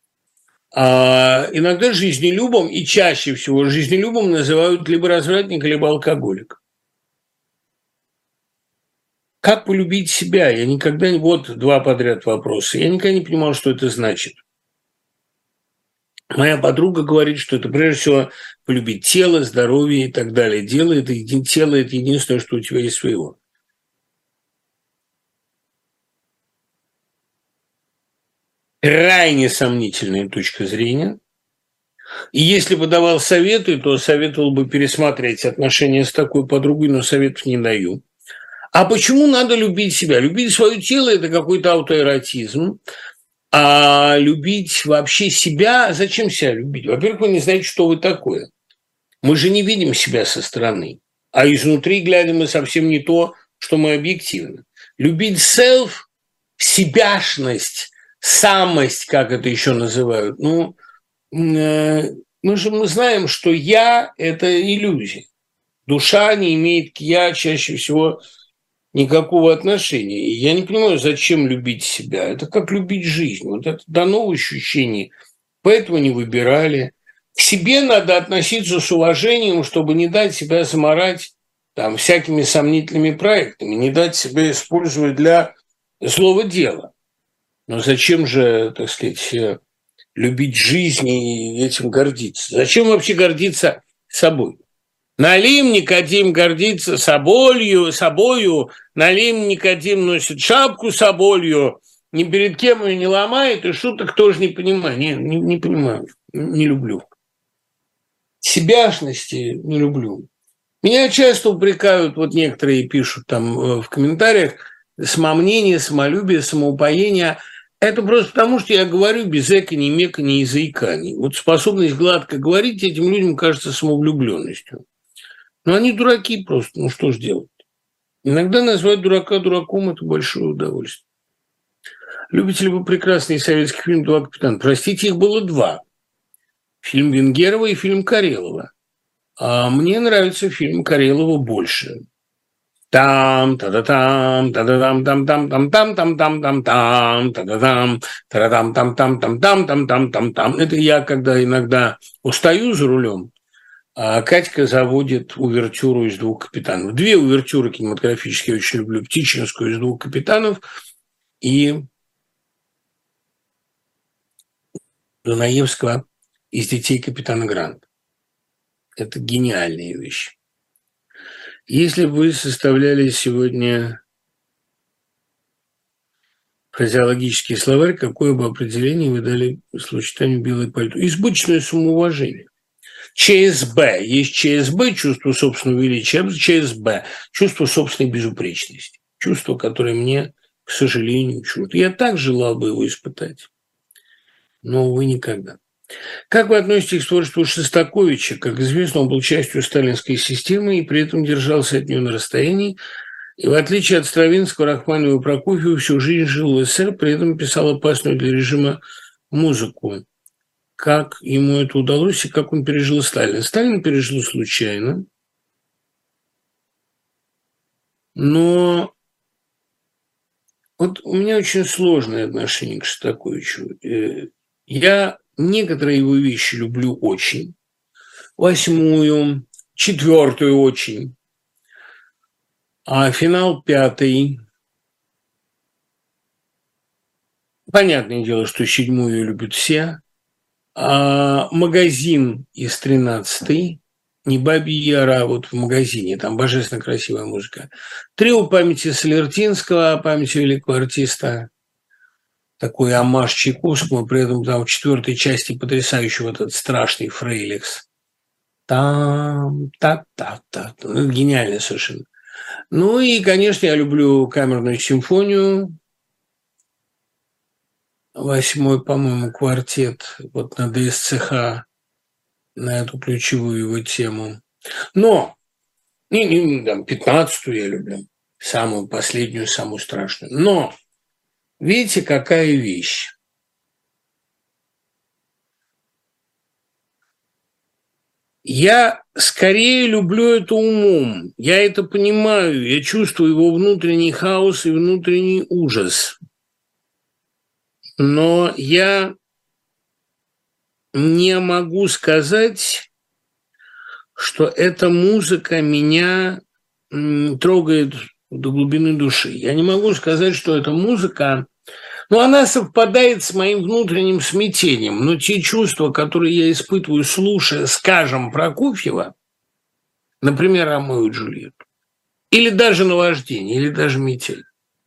А иногда жизнелюбом, и чаще всего жизнелюбом называют либо развратника, либо алкоголика. Как полюбить себя? Я никогда не... Вот два подряд вопроса. Я никогда не понимал, что это значит. Моя подруга говорит, что это прежде всего полюбить тело, здоровье и так далее. Дело это, тело – это единственное, что у тебя есть своего. Крайне сомнительная точка зрения. И если бы давал советы, то советовал бы пересмотреть отношения с такой подругой, но советов не даю. А почему надо любить себя? Любить свое тело – это какой-то аутоэротизм. А любить вообще себя, зачем себя любить? Во-первых, вы не знаете, что вы такое. Мы же не видим себя со стороны, а изнутри, глядя, мы совсем не то, что мы объективно. Любить self, себяшность, самость, как это еще называют, ну, э, мы же мы знаем, что я – это иллюзия. Душа не имеет к я чаще всего никакого отношения. И я не понимаю, зачем любить себя. Это как любить жизнь. Вот это дано в ощущении. Поэтому не выбирали. К себе надо относиться с уважением, чтобы не дать себя заморать там, всякими сомнительными проектами, не дать себя использовать для злого дела. Но зачем же, так сказать, любить жизнь и этим гордиться? Зачем вообще гордиться собой? Налим Никодим гордится соболью, собою, Налим Никодим носит шапку соболью, ни перед кем ее не ломает, и шуток тоже не понимаю, не, не, не понимаю, не люблю. Себяшности не люблю. Меня часто упрекают, вот некоторые пишут там в комментариях, самомнение, самолюбие, самоупоение. Это просто потому, что я говорю без эко, ни мека, ни заиканий. Вот способность гладко говорить этим людям кажется самовлюбленностью. Но они дураки просто, ну что ж делать? Иногда назвать дурака дураком – это большое удовольствие. Любите ли вы прекрасный советский фильм «Два капитана»? Простите, их было два. Фильм Венгерова и фильм Карелова. А мне нравится фильм Карелова больше. Там, та-да-там, та-да-там, там-там, там-там, там-там, там-там, та-да-там, та-да-там, там-там, там-там, там-там, там-там. Это я, когда иногда устаю за рулем, а Катька заводит увертюру из «Двух капитанов». Две увертюры кинематографические я очень люблю. Птичинскую из «Двух капитанов» и Дунаевского из «Детей капитана Гранта». Это гениальные вещи. Если бы вы составляли сегодня фразеологический словарь, какое бы определение вы дали словосочетанию «белое пальто»? Избыточное самоуважение. ЧСБ. Есть ЧСБ, чувство собственного величия, ЧСБ, чувство собственной безупречности. Чувство, которое мне, к сожалению, чуждо. Я так желал бы его испытать, но, увы, никогда. Как вы относитесь к творчеству Шостаковича? Как известно, он был частью сталинской системы и при этом держался от нее на расстоянии. И в отличие от Стравинского, Рахманинова и Прокофьева, всю жизнь жил в СССР, при этом писал опасную для режима музыку. Как ему это удалось и как он пережил Сталина? Сталин пережил случайно, но вот у меня очень сложное отношение к Шостаковичу. Я некоторые его вещи люблю очень. Восьмую, четвертую очень. А финал пятый. Понятное дело, что седьмую любят все. А магазин из тринадцатой. Не Бабья Яра, а вот в магазине. Там божественно красивая музыка. Трио памяти Солертинского, памяти великого артиста. Такой оммаж Чайковскому, при этом там в четвертой части потрясающий вот этот страшный фрейликс. Там, та-та-та. Ну, гениально совершенно. Ну и, конечно, я люблю камерную симфонию. Восьмой, по-моему, квартет вот на Д С Ц Х, на эту ключевую его тему. Но и, и, там, пятнадцатую я люблю, самую последнюю, самую страшную. Но видите, какая вещь. Я скорее люблю это умом. Я это понимаю. Я чувствую его внутренний хаос и внутренний ужас. Но я не могу сказать, что эта музыка меня трогает до глубины души. Я не могу сказать, что эта музыка... Ну, она совпадает с моим внутренним смятением. Но те чувства, которые я испытываю, слушая, скажем, Прокофьева, например, «Ромео и Джульетту», или даже «Наваждение», или даже «Метель»,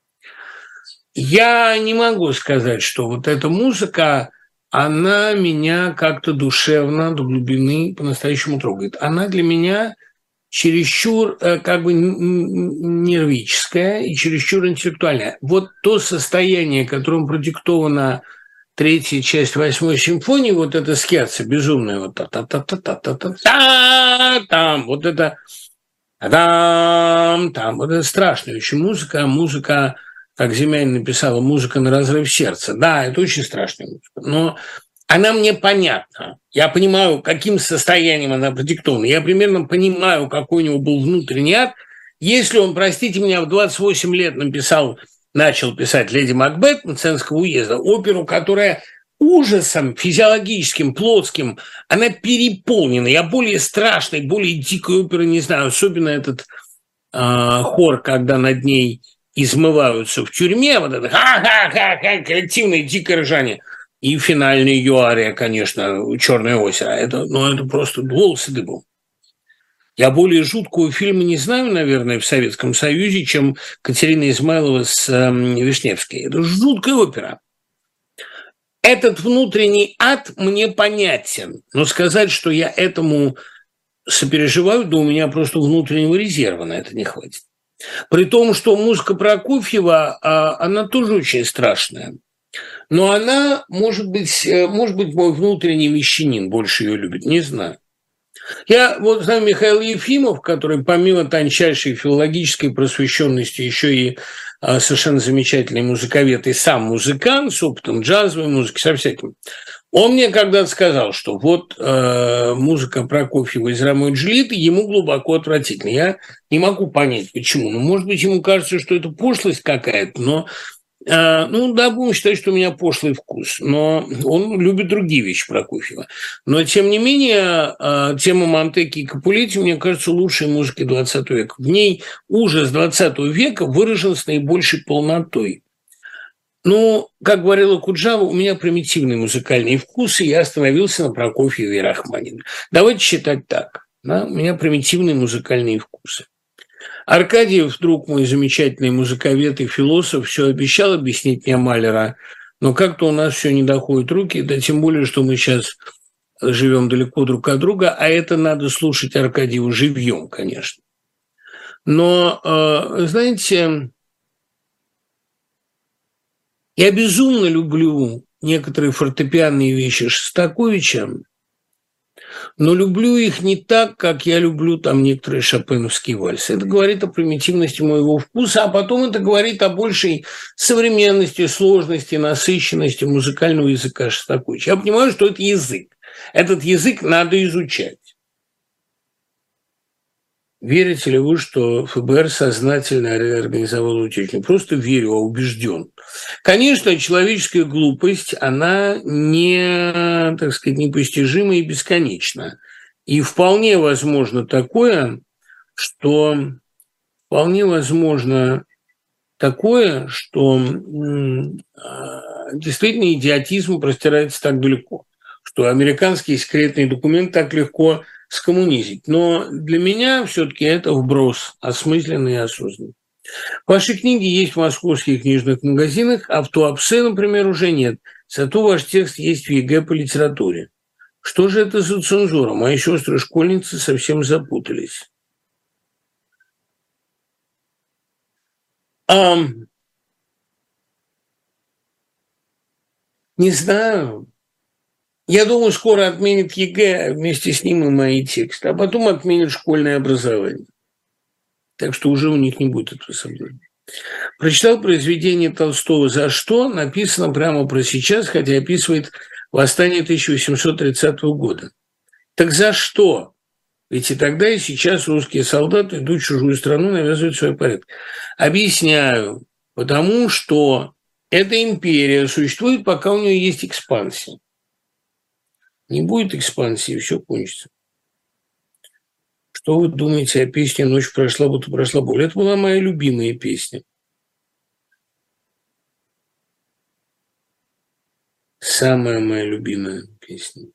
я не могу сказать, что вот эта музыка, она меня как-то душевно до глубины по-настоящему трогает. Она для меня чересчур как бы нервическая и чересчур интеллектуальная. Вот то состояние, которым продиктована третья часть восьмой симфонии, вот это скерцо безумное, вот та-та-та-та-та-та-та, там, вот это там, там, вот это страшная очень музыка, музыка, как Земянин написала, музыка на разрыв сердца. Да, это очень страшная музыка, но она мне понятна. Я понимаю, каким состоянием она продиктована. Я примерно понимаю, какой у него был внутренний ад. Если он, простите меня, в двадцать восемь лет написал, начал писать «Леди Макбет» Мценского уезда, оперу, которая ужасом физиологическим, плотским, она переполнена. Я более страшной, более дикой оперы не знаю. Особенно этот э, хор, когда над ней измываются в тюрьме, вот это ха-ха-ха-ха, коллективное дикое ржание. И финальный ее ария, конечно, «Черное озеро». Это, ну, это просто волосы дыбом. Я более жуткого фильма не знаю, наверное, в Советском Союзе, чем Катерина Измайлова с э, Вишневской. Это жуткая опера. Этот внутренний ад мне понятен, но сказать, что я этому сопереживаю, да у меня просто внутреннего резерва на это не хватит. При том, что музыка Прокофьева, она тоже очень страшная. Но она, может быть, может быть, мой внутренний мещанин больше ее любит, не знаю. Я вот знаю Михаил Ефимов, который помимо тончайшей филологической просвещенности еще и а, совершенно замечательный музыковед и сам музыкант с опытом джазовой музыки, со всяким. Он мне когда-то сказал, что вот э, музыка Прокофьева из «Ромео и Джульетты» ему глубоко отвратительна. Я не могу понять, почему. Ну, может быть, ему кажется, что это пошлость какая-то, но... Ну, да, будем считать, что у меня пошлый вкус, но он любит другие вещи Прокофьева. Но, тем не менее, тема Монтеки и Капулетти, мне кажется, лучшей музыкой двадцатого века. В ней ужас двадцатого века выражен с наибольшей полнотой. Ну, как говорила Куджава, у меня примитивные музыкальные вкусы, и я остановился на Прокофьеве и Рахманинове. Давайте считать так. Да? У меня примитивные музыкальные вкусы. Аркадьев, друг мой, замечательный музыковед и философ, все обещал объяснить мне Малера, но как-то у нас все не доходит руки, да тем более, что мы сейчас живем далеко друг от друга, а это надо слушать Аркадьеву живьем, конечно. Но, знаете, я безумно люблю некоторые фортепианные вещи Шостаковича, но люблю их не так, как я люблю там некоторые шопеновские вальсы. Это говорит о примитивности моего вкуса, а потом это говорит о большей современности, сложности, насыщенности музыкального языка Шостаковича. Я понимаю, что это язык. Этот язык надо изучать. Верите ли вы, что эф бэ эр сознательно организовало утечку? Не просто верю, а убежден. Конечно, человеческая глупость, она не, так сказать, непостижима и бесконечна. И вполне возможно такое, что вполне возможно такое, что действительно идиотизм простирается так далеко, что американский секретный документ так легко скоммунизить. Но для меня все-таки это вброс осмысленный и осознанный. Ваши книги есть в московских книжных магазинах, а в Туапсе, например, уже нет. Зато ваш текст есть в е гэ по литературе. Что же это за цензура? Мои сестры-школьницы совсем запутались. Ам, не знаю. Я думаю, скоро отменят ЕГЭ, вместе с ним и мои тексты, а потом отменят школьное образование. Так что уже у них не будет этого соблазна. Прочитал произведение Толстого «За что?» Написано прямо про сейчас, хотя описывает восстание тысяча восемьсот тридцатого года. Так за что? Ведь и тогда, и сейчас русские солдаты идут в чужую страну, навязывают свой порядок. Объясняю. Потому что эта империя существует, пока у нее есть экспансия. Не будет экспансии, все кончится. Что вы думаете о песне «Ночь прошла, будто прошла боль»? Это была моя любимая песня. Самая моя любимая песня.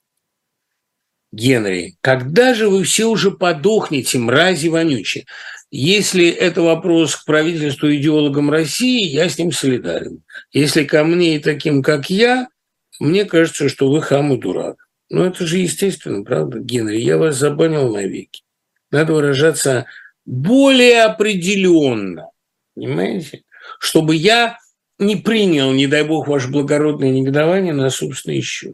Генри, когда же вы все уже подохнете, мрази вонючие? Если это вопрос к правительству и идеологам России, я с ним солидарен. Если ко мне и таким, как я, мне кажется, что вы хам и дурак. Ну, это же естественно, правда, Генри? Я вас забанил навеки. Надо выражаться более определенно, понимаете? Чтобы я не принял, не дай бог, ваше благородное негодование на собственный счет.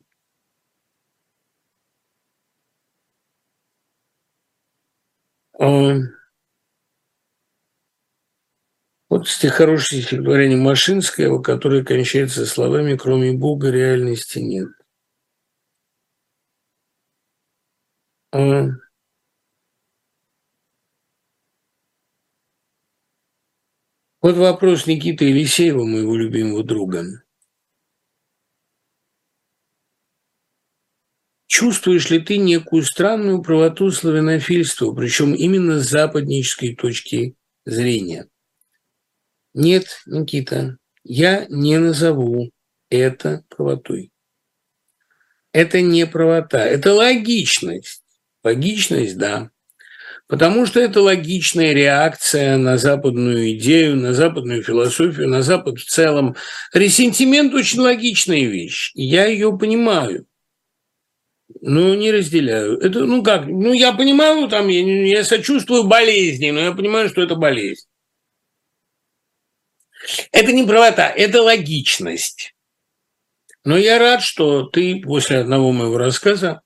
Вот хорошее стихотворение Машинского, которое кончается словами «Кроме Бога реальности нет». А... Вот вопрос Никиты Елисеева, моего любимого друга. Чувствуешь ли ты некую странную правоту славянофильства, причем именно с западнической точки зрения? Нет, Никита, я не назову это правотой. Это не правота, это логичность. Логичность, да. Потому что это логичная реакция на западную идею, на западную философию, на Запад в целом. Ресентимент – очень логичная вещь, и я ее понимаю, но не разделяю. Это, ну как, ну я понимаю, там, я, я сочувствую болезни, но я понимаю, что это болезнь. Это не правота, это логичность. Но я рад, что ты после одного моего рассказа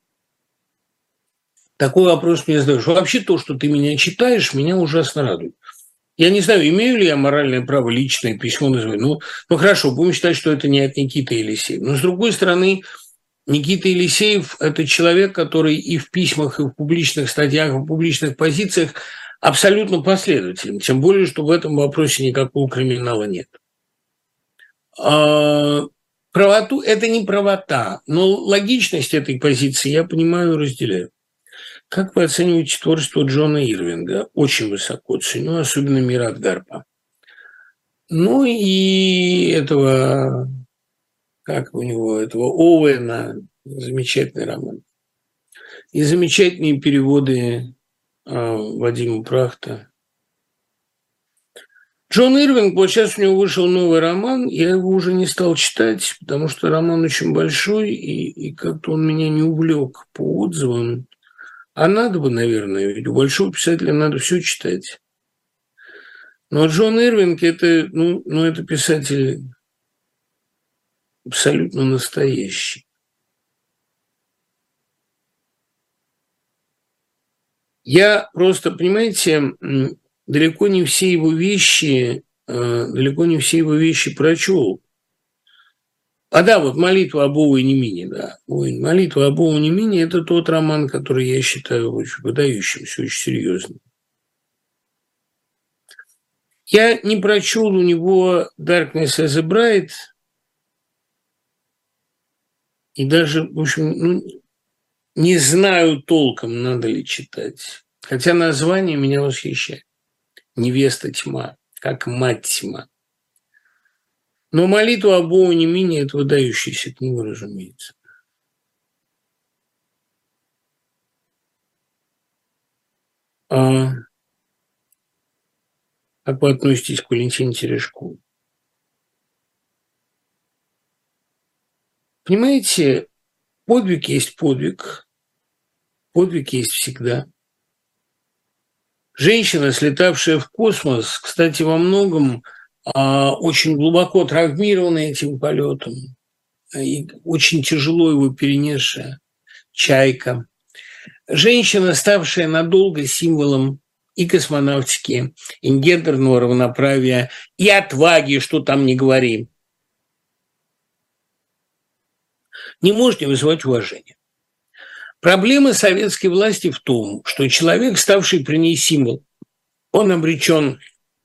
такой вопрос мне задаешь. Вообще то, что ты меня читаешь, меня ужасно радует. Я не знаю, имею ли я моральное право личное письмо называть. Ну, ну хорошо, будем считать, что это не от Никиты Елисеева. Но, с другой стороны, Никита Елисеев – это человек, который и в письмах, и в публичных статьях, и в публичных позициях абсолютно последователен. Тем более, что в этом вопросе никакого криминала нет. А правоту – это не правота, но логичность этой позиции я понимаю и разделяю. Как вы оцениваете творчество Джона Ирвинга? Очень высоко ценю, особенно «Мир от Гарпа». Ну и этого, как у него, этого Оуэна, замечательный роман. И замечательные переводы э, Вадима Прахта. Джон Ирвинг, вот сейчас у него вышел новый роман, я его уже не стал читать, потому что роман очень большой, и, и как-то он меня не увлек по отзывам. А надо бы, наверное, ведь у большого писателя надо все читать. Но Джон Ирвинг – это, ну, ну, это писатель абсолютно настоящий. Я просто, понимаете, далеко не все его вещи, далеко не все его вещи прочел. А да, вот «Молитва об Оуэне Минни», да. «Молитва об Оуэне Минни» – это тот роман, который я считаю очень выдающимся, очень серьезным. Я не прочел у него «Darkness as a Bride», и даже, в общем, ну, не знаю толком, надо ли читать. Хотя название меня восхищает. «Невеста тьма», как мать тьма. Но «Молитва об Оуэне Минни» – это выдающаяся книга, разумеется. А как вы относитесь к Валентине Терешковой? Понимаете, подвиг есть подвиг, подвиг есть всегда. Женщина, слетавшая в космос, кстати, во многом а, очень глубоко травмированная этим полетом, и очень тяжело его перенесшая, Чайка. Женщина, ставшая надолго символом и космонавтики, и гендерного равноправия, и отваги, что там не говори, не может не вызывать уважения. Проблема советской власти в том, что человек, ставший при ней символ, он обречен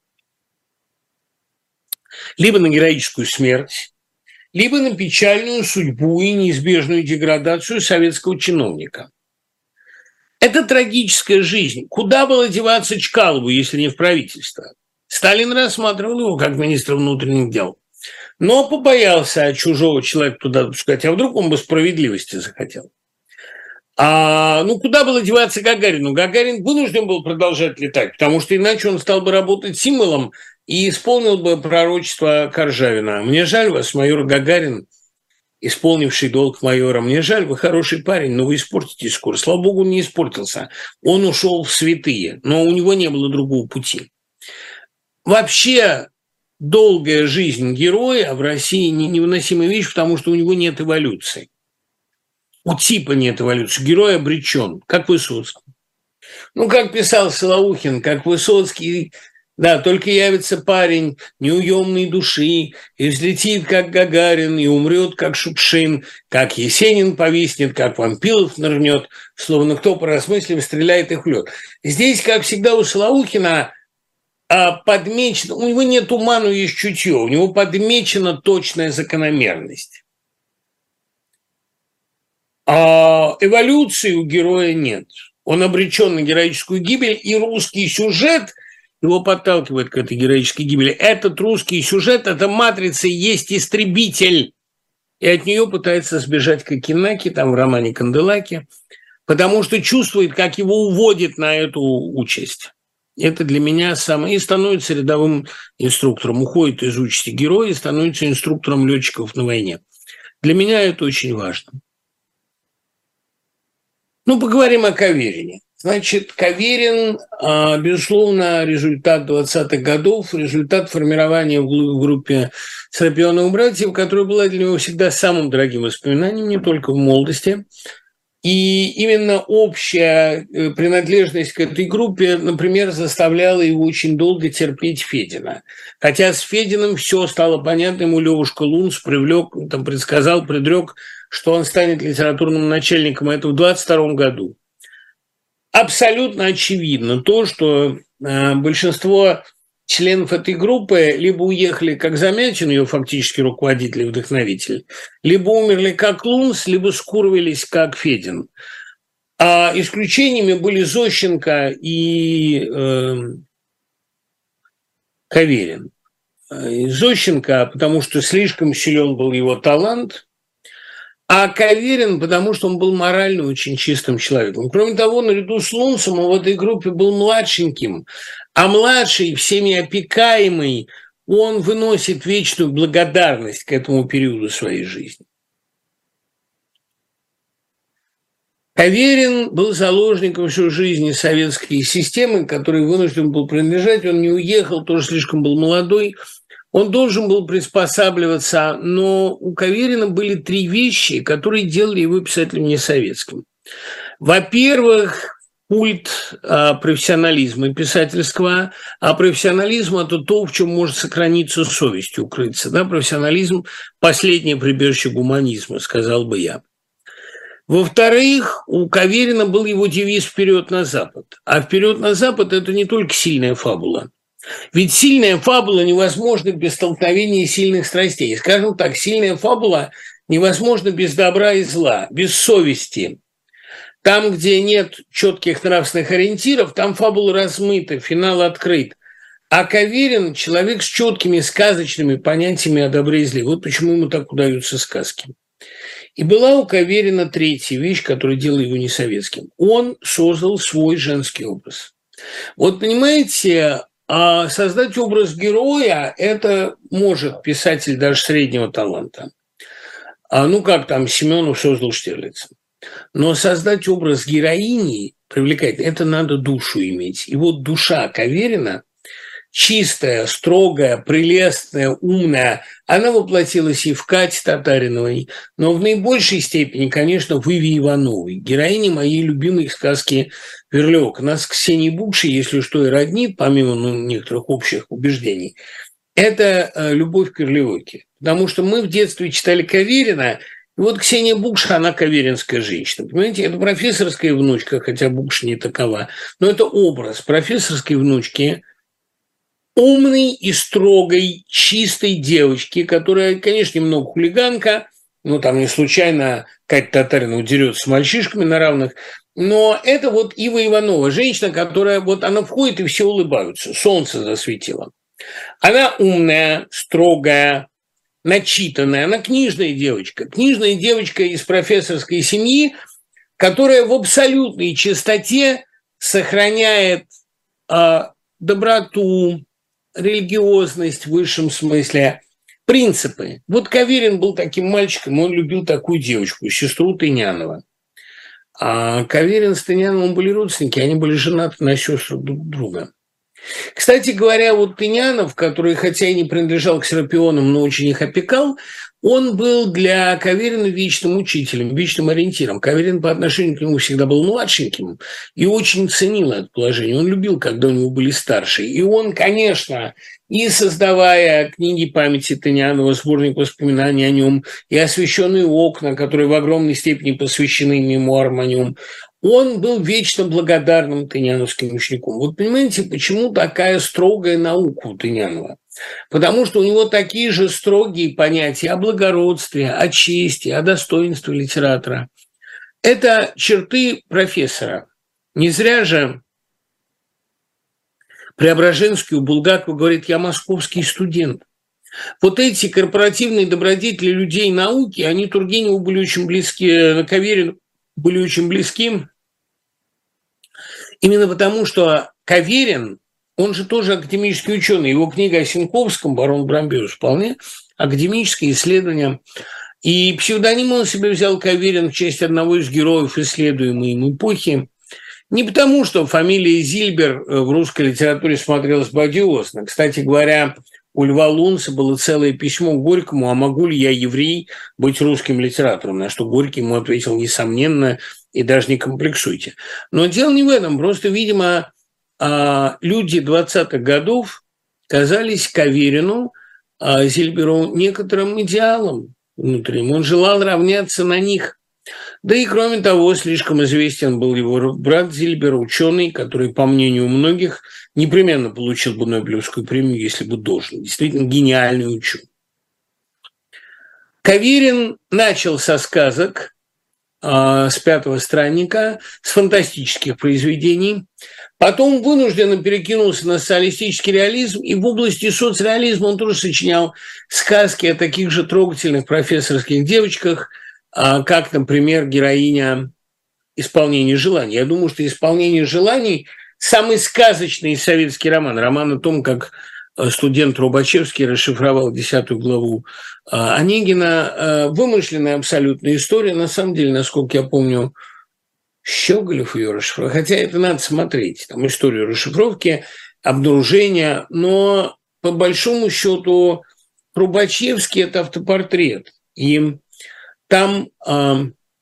либо на героическую смерть, либо на печальную судьбу и неизбежную деградацию советского чиновника. Это трагическая жизнь. Куда было деваться Чкалову, если не в правительство? Сталин рассматривал его как министра внутренних дел, но побоялся чужого человека туда допускать, а вдруг он бы справедливости захотел. А, ну, куда было деваться Гагарину? Гагарин вынужден был продолжать летать, потому что иначе он стал бы работать символом и исполнил бы пророчество Коржавина. Мне жаль вас, майор Гагарин, исполнивший долг майора. Мне жаль, вы хороший парень, но вы испортитесь скоро. Слава богу, он не испортился. Он ушел в святые, но у него не было другого пути. Вообще, долгая жизнь героя в России невыносимая вещь, потому что у него нет эволюции. У типа нет эволюции. Герой обречен, как Высоцкий. Ну, как писал Солоухин, как Высоцкий, да, только явится парень неуемной души, и взлетит, как Гагарин, и умрет, как Шукшин, как Есенин повиснет, как Вампилов нырнет, словно кто, поразмыслив, стреляет и хлёт. Здесь, как всегда, у Солоухина подмечено, у него нет ума, но есть чутье, у него подмечена точная закономерность. А эволюции у героя нет. Он обречен на героическую гибель, и русский сюжет его подталкивает к этой героической гибели. Этот русский сюжет, эта матрица есть истребитель, и от нее пытается сбежать Кокенаки, там в романе Канделаки, потому что чувствует, как его уводит на эту участь. Это для меня самое... И становится рядовым инструктором, уходит из участи героя и становится инструктором летчиков на войне. Для меня это очень важно. Ну, поговорим о Каверине. Значит, Каверин, безусловно, результат двадцатых годов, результат формирования в группе Серапионовых братьев, которая была для него всегда самым дорогим воспоминанием, не только в молодости. И именно общая принадлежность к этой группе, например, заставляла его очень долго терпеть Федина. Хотя с Фединым все стало понятно, ему Левушка Лунц привлек, там, предсказал, предрек, что он станет литературным начальником. Это в двадцать втором году. Абсолютно очевидно то, что э, большинство членов этой группы либо уехали как Замятин, ее фактически руководитель и вдохновитель, либо умерли как Лунц, либо скурвились как Федин. А исключениями были Зощенко и э, Каверин. И Зощенко, потому что слишком силен был его талант, а Каверин, потому что он был морально очень чистым человеком. Кроме того, наряду с Лунцем он в этой группе был младшеньким, а младший, всеми опекаемый, он выносит вечную благодарность к этому периоду своей жизни. Каверин был заложником всю жизни советской системы, которой вынужден был принадлежать. Он не уехал, тоже слишком был молодой. Он должен был приспосабливаться, но у Каверина были три вещи, которые делали его писателем несоветским. Во-первых, культ а, профессионализма писательского, а профессионализм – это то, в чем может сохраниться совесть, укрыться. Да? Профессионализм – последнее прибежище гуманизма, сказал бы я. Во-вторых, у Каверина был его девиз «Вперед на Запад». А «Вперед на Запад» – это не только сильная фабула. Ведь сильная фабула невозможна без столкновения сильных страстей. Скажем так, сильная фабула невозможна без добра и зла, без совести. Там, где нет четких нравственных ориентиров, там фабула размыта, финал открыт. А Каверин – человек с четкими сказочными понятиями о добре и зле. Вот почему ему так удаются сказки. И была у Каверина третья вещь, которая делала его несоветским. Он создал свой женский образ. Вот понимаете, создать образ героя – это может писатель даже среднего таланта. Ну, как там Семенов создал Штирлица. Но создать образ героини, привлекательно, это надо душу иметь. И вот душа Каверина, чистая, строгая, прелестная, умная, она воплотилась и в Кате Татариновой, но в наибольшей степени, конечно, в Иве Ивановой, героине моей любимой сказки «Верлиока». Нас с Ксенией Букшей, если что, и роднит, помимо ну, некоторых общих убеждений, это любовь к Верлиоке. Потому что мы в детстве читали Каверина, и вот Ксения Букша, она каверинская женщина. Понимаете, это профессорская внучка, хотя Букша не такова, но это образ профессорской внучки, умной и строгой, чистой девочки, которая, конечно, немного хулиганка, ну, там не случайно Катя Татаринова дерется с мальчишками на равных, но это вот Ива Иванова, женщина, которая вот она входит и все улыбаются, солнце засветило. Она умная, строгая, начитанная, она книжная девочка, книжная девочка из профессорской семьи, которая в абсолютной чистоте сохраняет э, доброту, религиозность в высшем смысле, принципы. Вот Каверин был таким мальчиком, он любил такую девочку, сестру Тынянова. А Каверин с Тыняновым были родственники, они были женаты на сестрах друг друга. Кстати говоря, вот Тынянов, который, хотя и не принадлежал к Серапионам, но очень их опекал, он был для Каверина вечным учителем, вечным ориентиром. Каверин по отношению к нему всегда был младшеньким и очень ценил это положение. Он любил, когда у него были старшие. И он, конечно, и создавая книги памяти Тынянова, сборник воспоминаний о нем, и «Освещенные окна», которые в огромной степени посвящены мемуарам о нем, он был вечно благодарным тыняновским учеником. Вот понимаете, почему такая строгая наука у Тынянова? Потому что у него такие же строгие понятия о благородстве, о чести, о достоинстве литератора. Это черты профессора. Не зря же Преображенский у Булгакова говорит: «Я московский студент». Вот эти корпоративные добродетели людей науки, они Тургеневу были очень близки, Каверину были очень близки. Именно потому, что Каверин, он же тоже академический ученый. Его книга о Сенковском, барон Брамбеус, вполне академическое исследование. И псевдоним он себе взял Каверин в честь одного из героев исследуемой им эпохи. Не потому, что фамилия Зильбер в русской литературе смотрелась бы одиозно. Кстати говоря, у Льва Лунца было целое письмо к Горькому: «А могу ли я, еврей, быть русским литератором?» На что Горький ему ответил: «Несомненно, и даже не комплексуйте». Но дело не в этом. Просто, видимо, люди двадцатых годов казались Каверину, Зильберу, некоторым идеалом внутренним. Он желал равняться на них. Да и, кроме того, слишком известен был его брат Зильбер, ученый, который, по мнению многих, непременно получил бы Нобелевскую премию, если бы должен. Действительно гениальный ученый. Каверин начал со сказок, э, с «Пятого странника», с фантастических произведений. Потом вынужденно перекинулся на социалистический реализм, и в области соцреализма он тоже сочинял сказки о таких же трогательных профессорских девочках, как, например, героиня «Исполнение желаний». Я думаю, что «Исполнение желаний» – самый сказочный советский роман. Роман о том, как студент Рубачевский расшифровал десятую главу Онегина. Вымышленная абсолютная история. На самом деле, насколько я помню, Щеголев ее расшифровал. Хотя это надо смотреть. Там историю расшифровки, обнаружения. Но, по большому счету, Рубачевский – это автопортрет. И там э,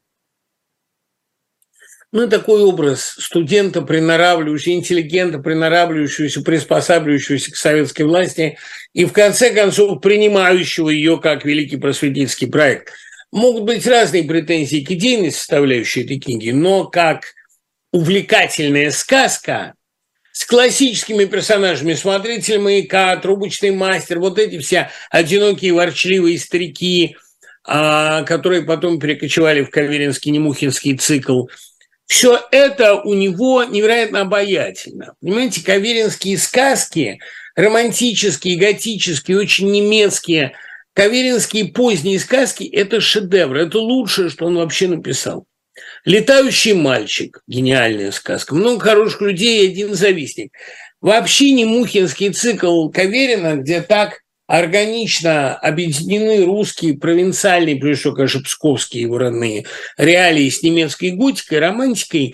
ну, такой образ студента, приноравливающегося, интеллигента, приноравливающегося, приспосабливающегося к советской власти и, в конце концов, принимающего ее как великий просветительский проект. Могут быть разные претензии к идейной составляющей этой книги, но как увлекательная сказка с классическими персонажами: смотритель маяка, трубочный мастер, вот эти все одинокие ворчливые старики, которые потом перекочевали в каверинский немухинский цикл. Все это у него невероятно обаятельно. Понимаете, каверинские сказки, романтические, готические, очень немецкие, каверинские поздние сказки – это шедевр, это лучшее, что он вообще написал. «Летающий мальчик» – гениальная сказка. Много хороших людей и один завистник. Вообще немухинский цикл Каверина, где так органично объединены русские, провинциальные, прежде всего, конечно, псковские его родные реалии с немецкой готикой, романтикой,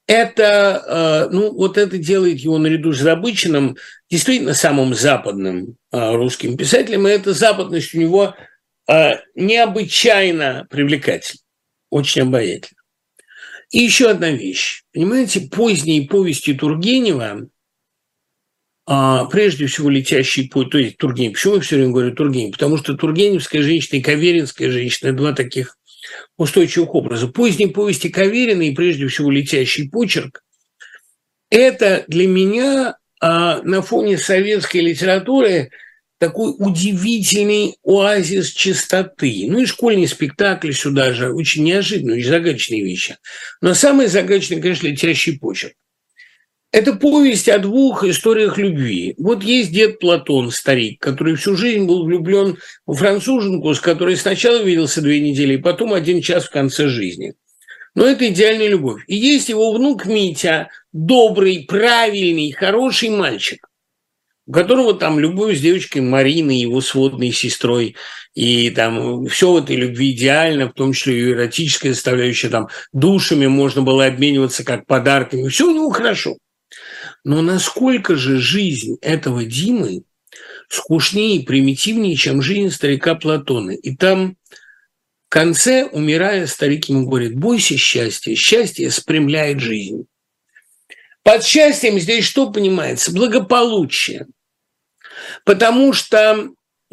это, ну, вот это делает его наряду с Забычиным действительно самым западным русским писателем, и эта западность у него необычайно привлекательна, очень обаятельна. И еще одна вещь. Понимаете, поздние повести Тургенева, прежде всего «Летящий путь», то есть Тургенев. Почему я все время говорю Тургенев? Потому что тургеневская женщина и каверинская женщина – два таких устойчивых образа. Поздние повести Каверина и прежде всего «Летящий почерк» – это для меня а, на фоне советской литературы такой удивительный оазис чистоты. Ну и школьный спектакль сюда же, очень неожиданные, очень загадочные вещи. Но самое загадочное, конечно, «Летящий почерк». Это повесть о двух историях любви. Вот есть дед Платон, старик, который всю жизнь был влюблен в француженку, с которой сначала виделся две недели, и потом один час в конце жизни. Но это идеальная любовь. И есть его внук Митя, добрый, правильный, хороший мальчик, у которого там любовь с девочкой Мариной, его сводной сестрой, и там все в этой любви идеально, в том числе и эротическая составляющая, там душами можно было обмениваться как подарками, все у него хорошо. Но насколько же жизнь этого Димы скучнее и примитивнее, чем жизнь старика Платона. И там в конце, умирая, старик ему говорит: бойся счастья, счастье спрямляет жизнь. Под счастьем здесь что понимается? Благополучие. Потому что,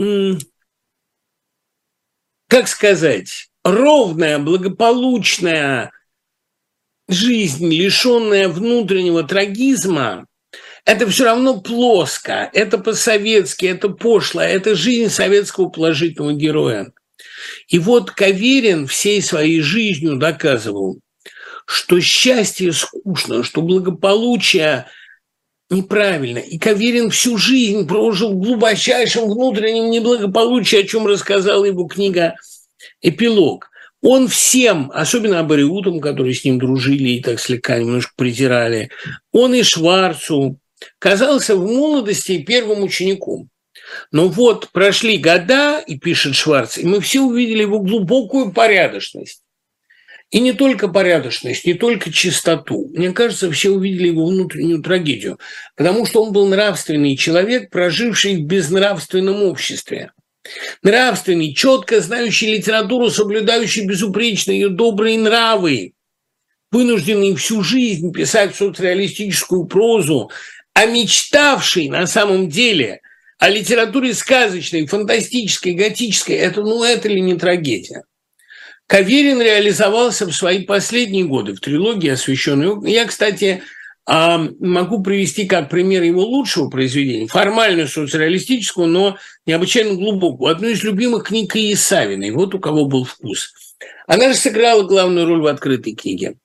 как сказать, ровная, благополучная жизнь, лишенная внутреннего трагизма, это все равно плоско, это по-советски, это пошло, это жизнь советского положительного героя. И вот Каверин всей своей жизнью доказывал, что счастье скучно, что благополучие неправильно. И Каверин всю жизнь прожил в глубочайшем внутреннем неблагополучии, о чем рассказала его книга «Эпилог». Он всем, особенно абориутам, которые с ним дружили и так слегка немножко притирали, он и Шварцу казался в молодости первым учеником. Но вот прошли года, и пишет Шварц, и мы все увидели его глубокую порядочность. И не только порядочность, не только чистоту. Мне кажется, все увидели его внутреннюю трагедию, потому что он был нравственный человек, проживший в безнравственном обществе. Нравственный, четко знающий литературу, соблюдающий безупречно ее добрые нравы, вынужденный всю жизнь писать соцреалистическую прозу, а мечтавший на самом деле о литературе сказочной, фантастической, готической, это, ну, это ли не трагедия? Каверин реализовался в свои последние годы в трилогии «Освещенный». Я, кстати, могу привести как пример его лучшего произведения, формально соцреалистического, но необычайно глубокого. Одну из любимых книг Ии Савиной. Вот у кого был вкус. Она же сыграла главную роль в «Открытой книге».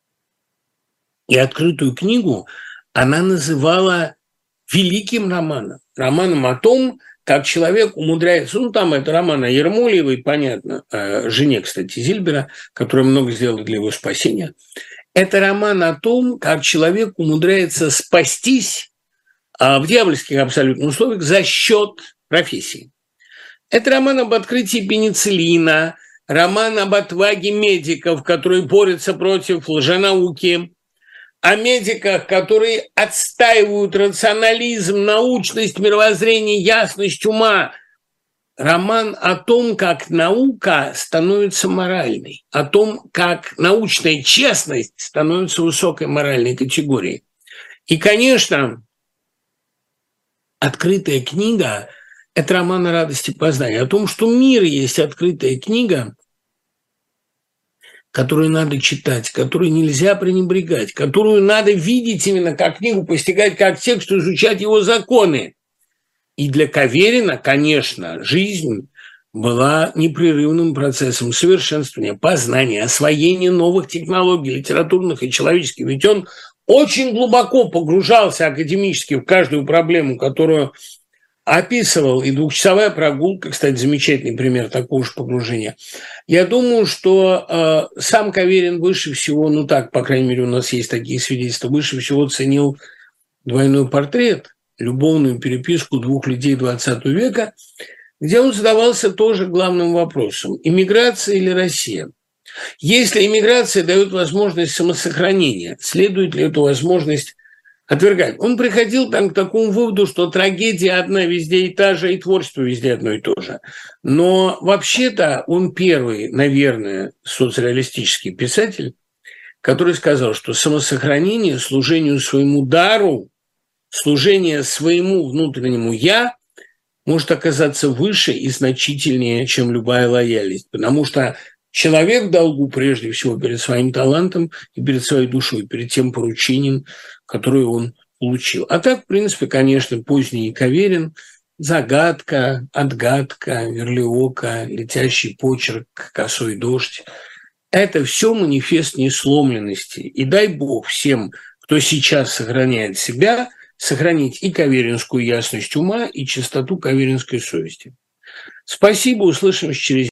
И «Открытую книгу» она называла великим романом. Романом о том, как человек умудряется... Ну, там это роман о Ермолиевой, понятно, о жене, кстати, Зильбера, которая много сделала для его спасения. Это роман о том, как человек умудряется спастись в дьявольских абсолютно условиях за счет профессии. Это роман об открытии пенициллина, роман об отваге медиков, которые борются против лженауки, о медиках, которые отстаивают рационализм, научность, мировоззрение, ясность ума. Роман о том, как наука становится моральной, о том, как научная честность становится высокой моральной категорией. И, конечно, «Открытая книга» – это роман о радости познания, о том, что мир есть открытая книга, которую надо читать, которую нельзя пренебрегать, которую надо видеть именно как книгу, постигать как текст, изучать его законы. И для Каверина, конечно, жизнь была непрерывным процессом совершенствования, познания, освоения новых технологий, литературных и человеческих. Ведь он очень глубоко погружался академически в каждую проблему, которую описывал. И двухчасовая прогулка, кстати, замечательный пример такого же погружения. Я думаю, что э, сам Каверин выше всего, ну так, по крайней мере, у нас есть такие свидетельства, выше всего ценил «Двойной портрет», любовную переписку двух людей двадцатого века, где он задавался тоже главным вопросом – иммиграция или Россия? Если иммиграция дает возможность самосохранения, следует ли эту возможность отвергать? Он приходил там к такому выводу, что трагедия одна везде и та же, и творчество везде одно и то же. Но вообще-то он первый, наверное, соцреалистический писатель, который сказал, что самосохранение, служению своему дару, служение своему внутреннему «я» может оказаться выше и значительнее, чем любая лояльность. Потому что человек в долгу прежде всего перед своим талантом и перед своей душой, перед тем поручением, которое он получил. А так, в принципе, конечно, поздний Каверин, загадка, отгадка, верлиока, летящий почерк, косой дождь. Это все манифест несломленности. И дай бог всем, кто сейчас сохраняет себя, сохранить и каверинскую ясность ума, и чистоту каверинской совести. Спасибо, услышимся через